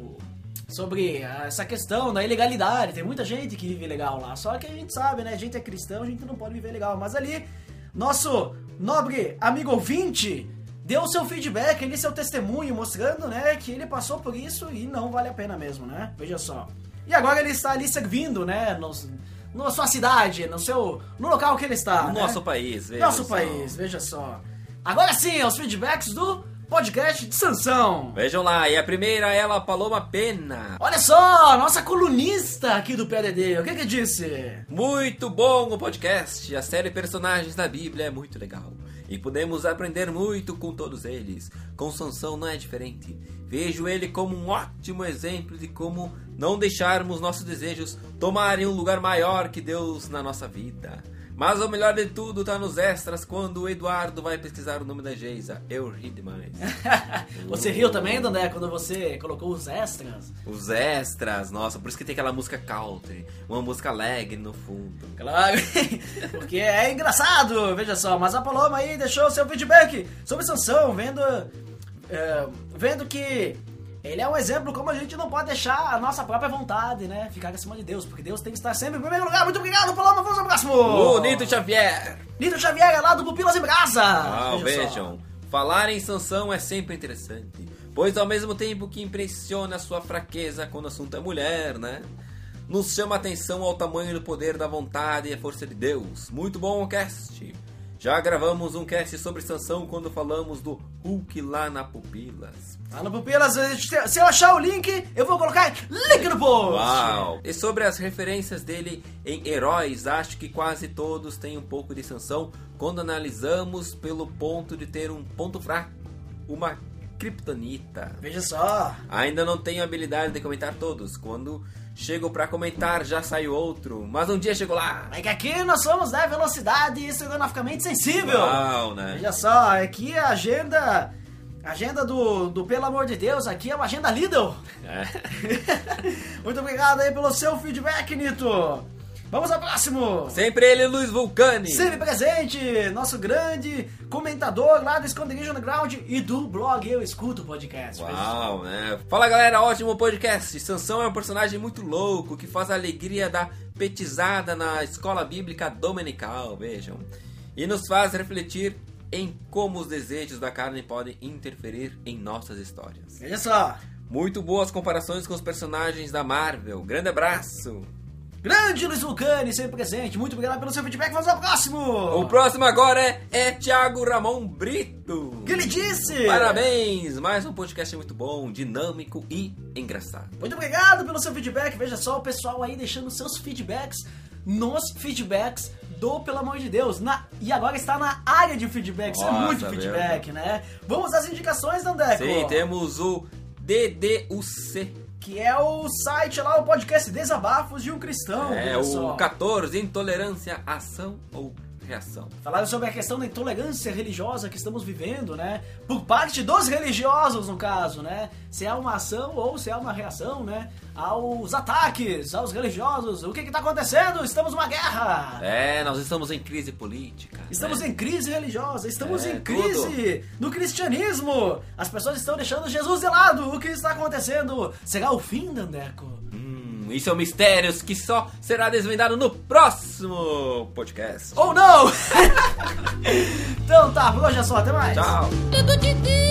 sobre essa questão da ilegalidade. Tem muita gente que vive legal lá. Só que a gente sabe, né? A gente é cristão, a gente não pode viver legal. Mas ali, nosso nobre amigo ouvinte deu o seu feedback, ele seu testemunho, mostrando, né, que ele passou por isso e não vale a pena mesmo, né? Veja só. E agora ele está ali servindo, né, na sua cidade, no local que ele está, no né? nosso país, veja Nosso só. país, veja só. Agora sim, os feedbacks do podcast de Sansão. Vejam lá, e a primeira é ela, Paloma Pena. Olha só, nossa colunista aqui do PADD, o que disse? Muito bom o podcast, a série Personagens da Bíblia é muito legal. E podemos aprender muito com todos eles. Com Sansão não é diferente. Vejo ele como um ótimo exemplo de como não deixarmos nossos desejos tomarem um lugar maior que Deus na nossa vida. Mas o melhor de tudo tá nos extras, quando o Eduardo vai pesquisar o nome da Geisa. Eu ri demais. Você riu também, Dandé, quando você colocou os extras? Os extras, nossa, por isso que tem aquela música country, uma música alegre no fundo. Claro, porque é engraçado, veja só. Mas a Paloma aí deixou seu feedback sobre Sansão, vendo que ele é um exemplo como a gente não pode deixar a nossa própria vontade, né, ficar acima de Deus, porque Deus tem que estar sempre em primeiro lugar. Muito obrigado, Paloma, vamos ao próximo! O Nito Xavier! Nito Xavier é lá do Pupilas em Brasa! Vejam, falar em Sansão é sempre interessante, pois ao mesmo tempo que impressiona a sua fraqueza quando o assunto é mulher, né, nos chama a atenção ao tamanho do poder da vontade e a força de Deus. Muito bom o cast! Já gravamos um cast sobre Sansão quando falamos do Hulk lá na Pupilas. Lá no Pupilas, se eu achar o link, eu vou colocar link no post! Uau! E sobre as referências dele em heróis, acho que quase todos têm um pouco de Sansão quando analisamos pelo ponto de ter um ponto fraco, uma kryptonita. Veja só! Ainda não tenho habilidade de comentar todos. Quando chego pra comentar, já sai outro. Mas um dia chego lá. É que aqui nós somos, né, velocidade e estrogonoficamente sensível. Uau, né? Veja só, aqui a agenda do Pelo Amor de Deus, aqui é uma agenda Lidl. Muito obrigado aí pelo seu feedback, Nito. Vamos ao próximo. Sempre ele, Luiz Vulcani. Sempre presente, nosso grande comentador lá do Esconderijo Underground e do blog Eu Escuto Podcast. Uau, né? Fala, galera, ótimo podcast. Sansão é um personagem muito louco que faz a alegria da petizada na escola bíblica dominical, vejam. E nos faz refletir em como os desejos da carne podem interferir em nossas histórias. Veja só. Muito boas comparações com os personagens da Marvel. Grande abraço. Grande Luiz Vulcani, sempre presente. Muito obrigado pelo seu feedback. Vamos ao próximo. O próximo agora é Thiago Ramon Brito. Que ele disse? Parabéns. Mais um podcast muito bom, dinâmico e engraçado. Muito obrigado pelo seu feedback. Veja só o pessoal aí deixando seus feedbacks nos feedbacks do Pelo Amor de Deus. E agora está na área de feedbacks. É muito feedback, né? Vamos às indicações, Dandeco. Sim, temos o DDUC. Que é o site lá, o podcast Desabafos de um Cristão. É, o 14, Intolerância, Ação ou Reação. Falaram sobre a questão da intolerância religiosa que estamos vivendo, né? Por parte dos religiosos, no caso, né? Se é uma ação ou se é uma reação, né? Aos ataques, aos religiosos. O que está acontecendo? Estamos numa guerra! É, nós estamos em crise política. Estamos em crise religiosa, estamos em crise no cristianismo. As pessoas estão deixando Jesus de lado. O que está acontecendo? Será o fim, Dandeco? Isso é um mistério que só será desvendado no próximo podcast. Ou não! Então tá, por hoje é só, até mais. Tchau.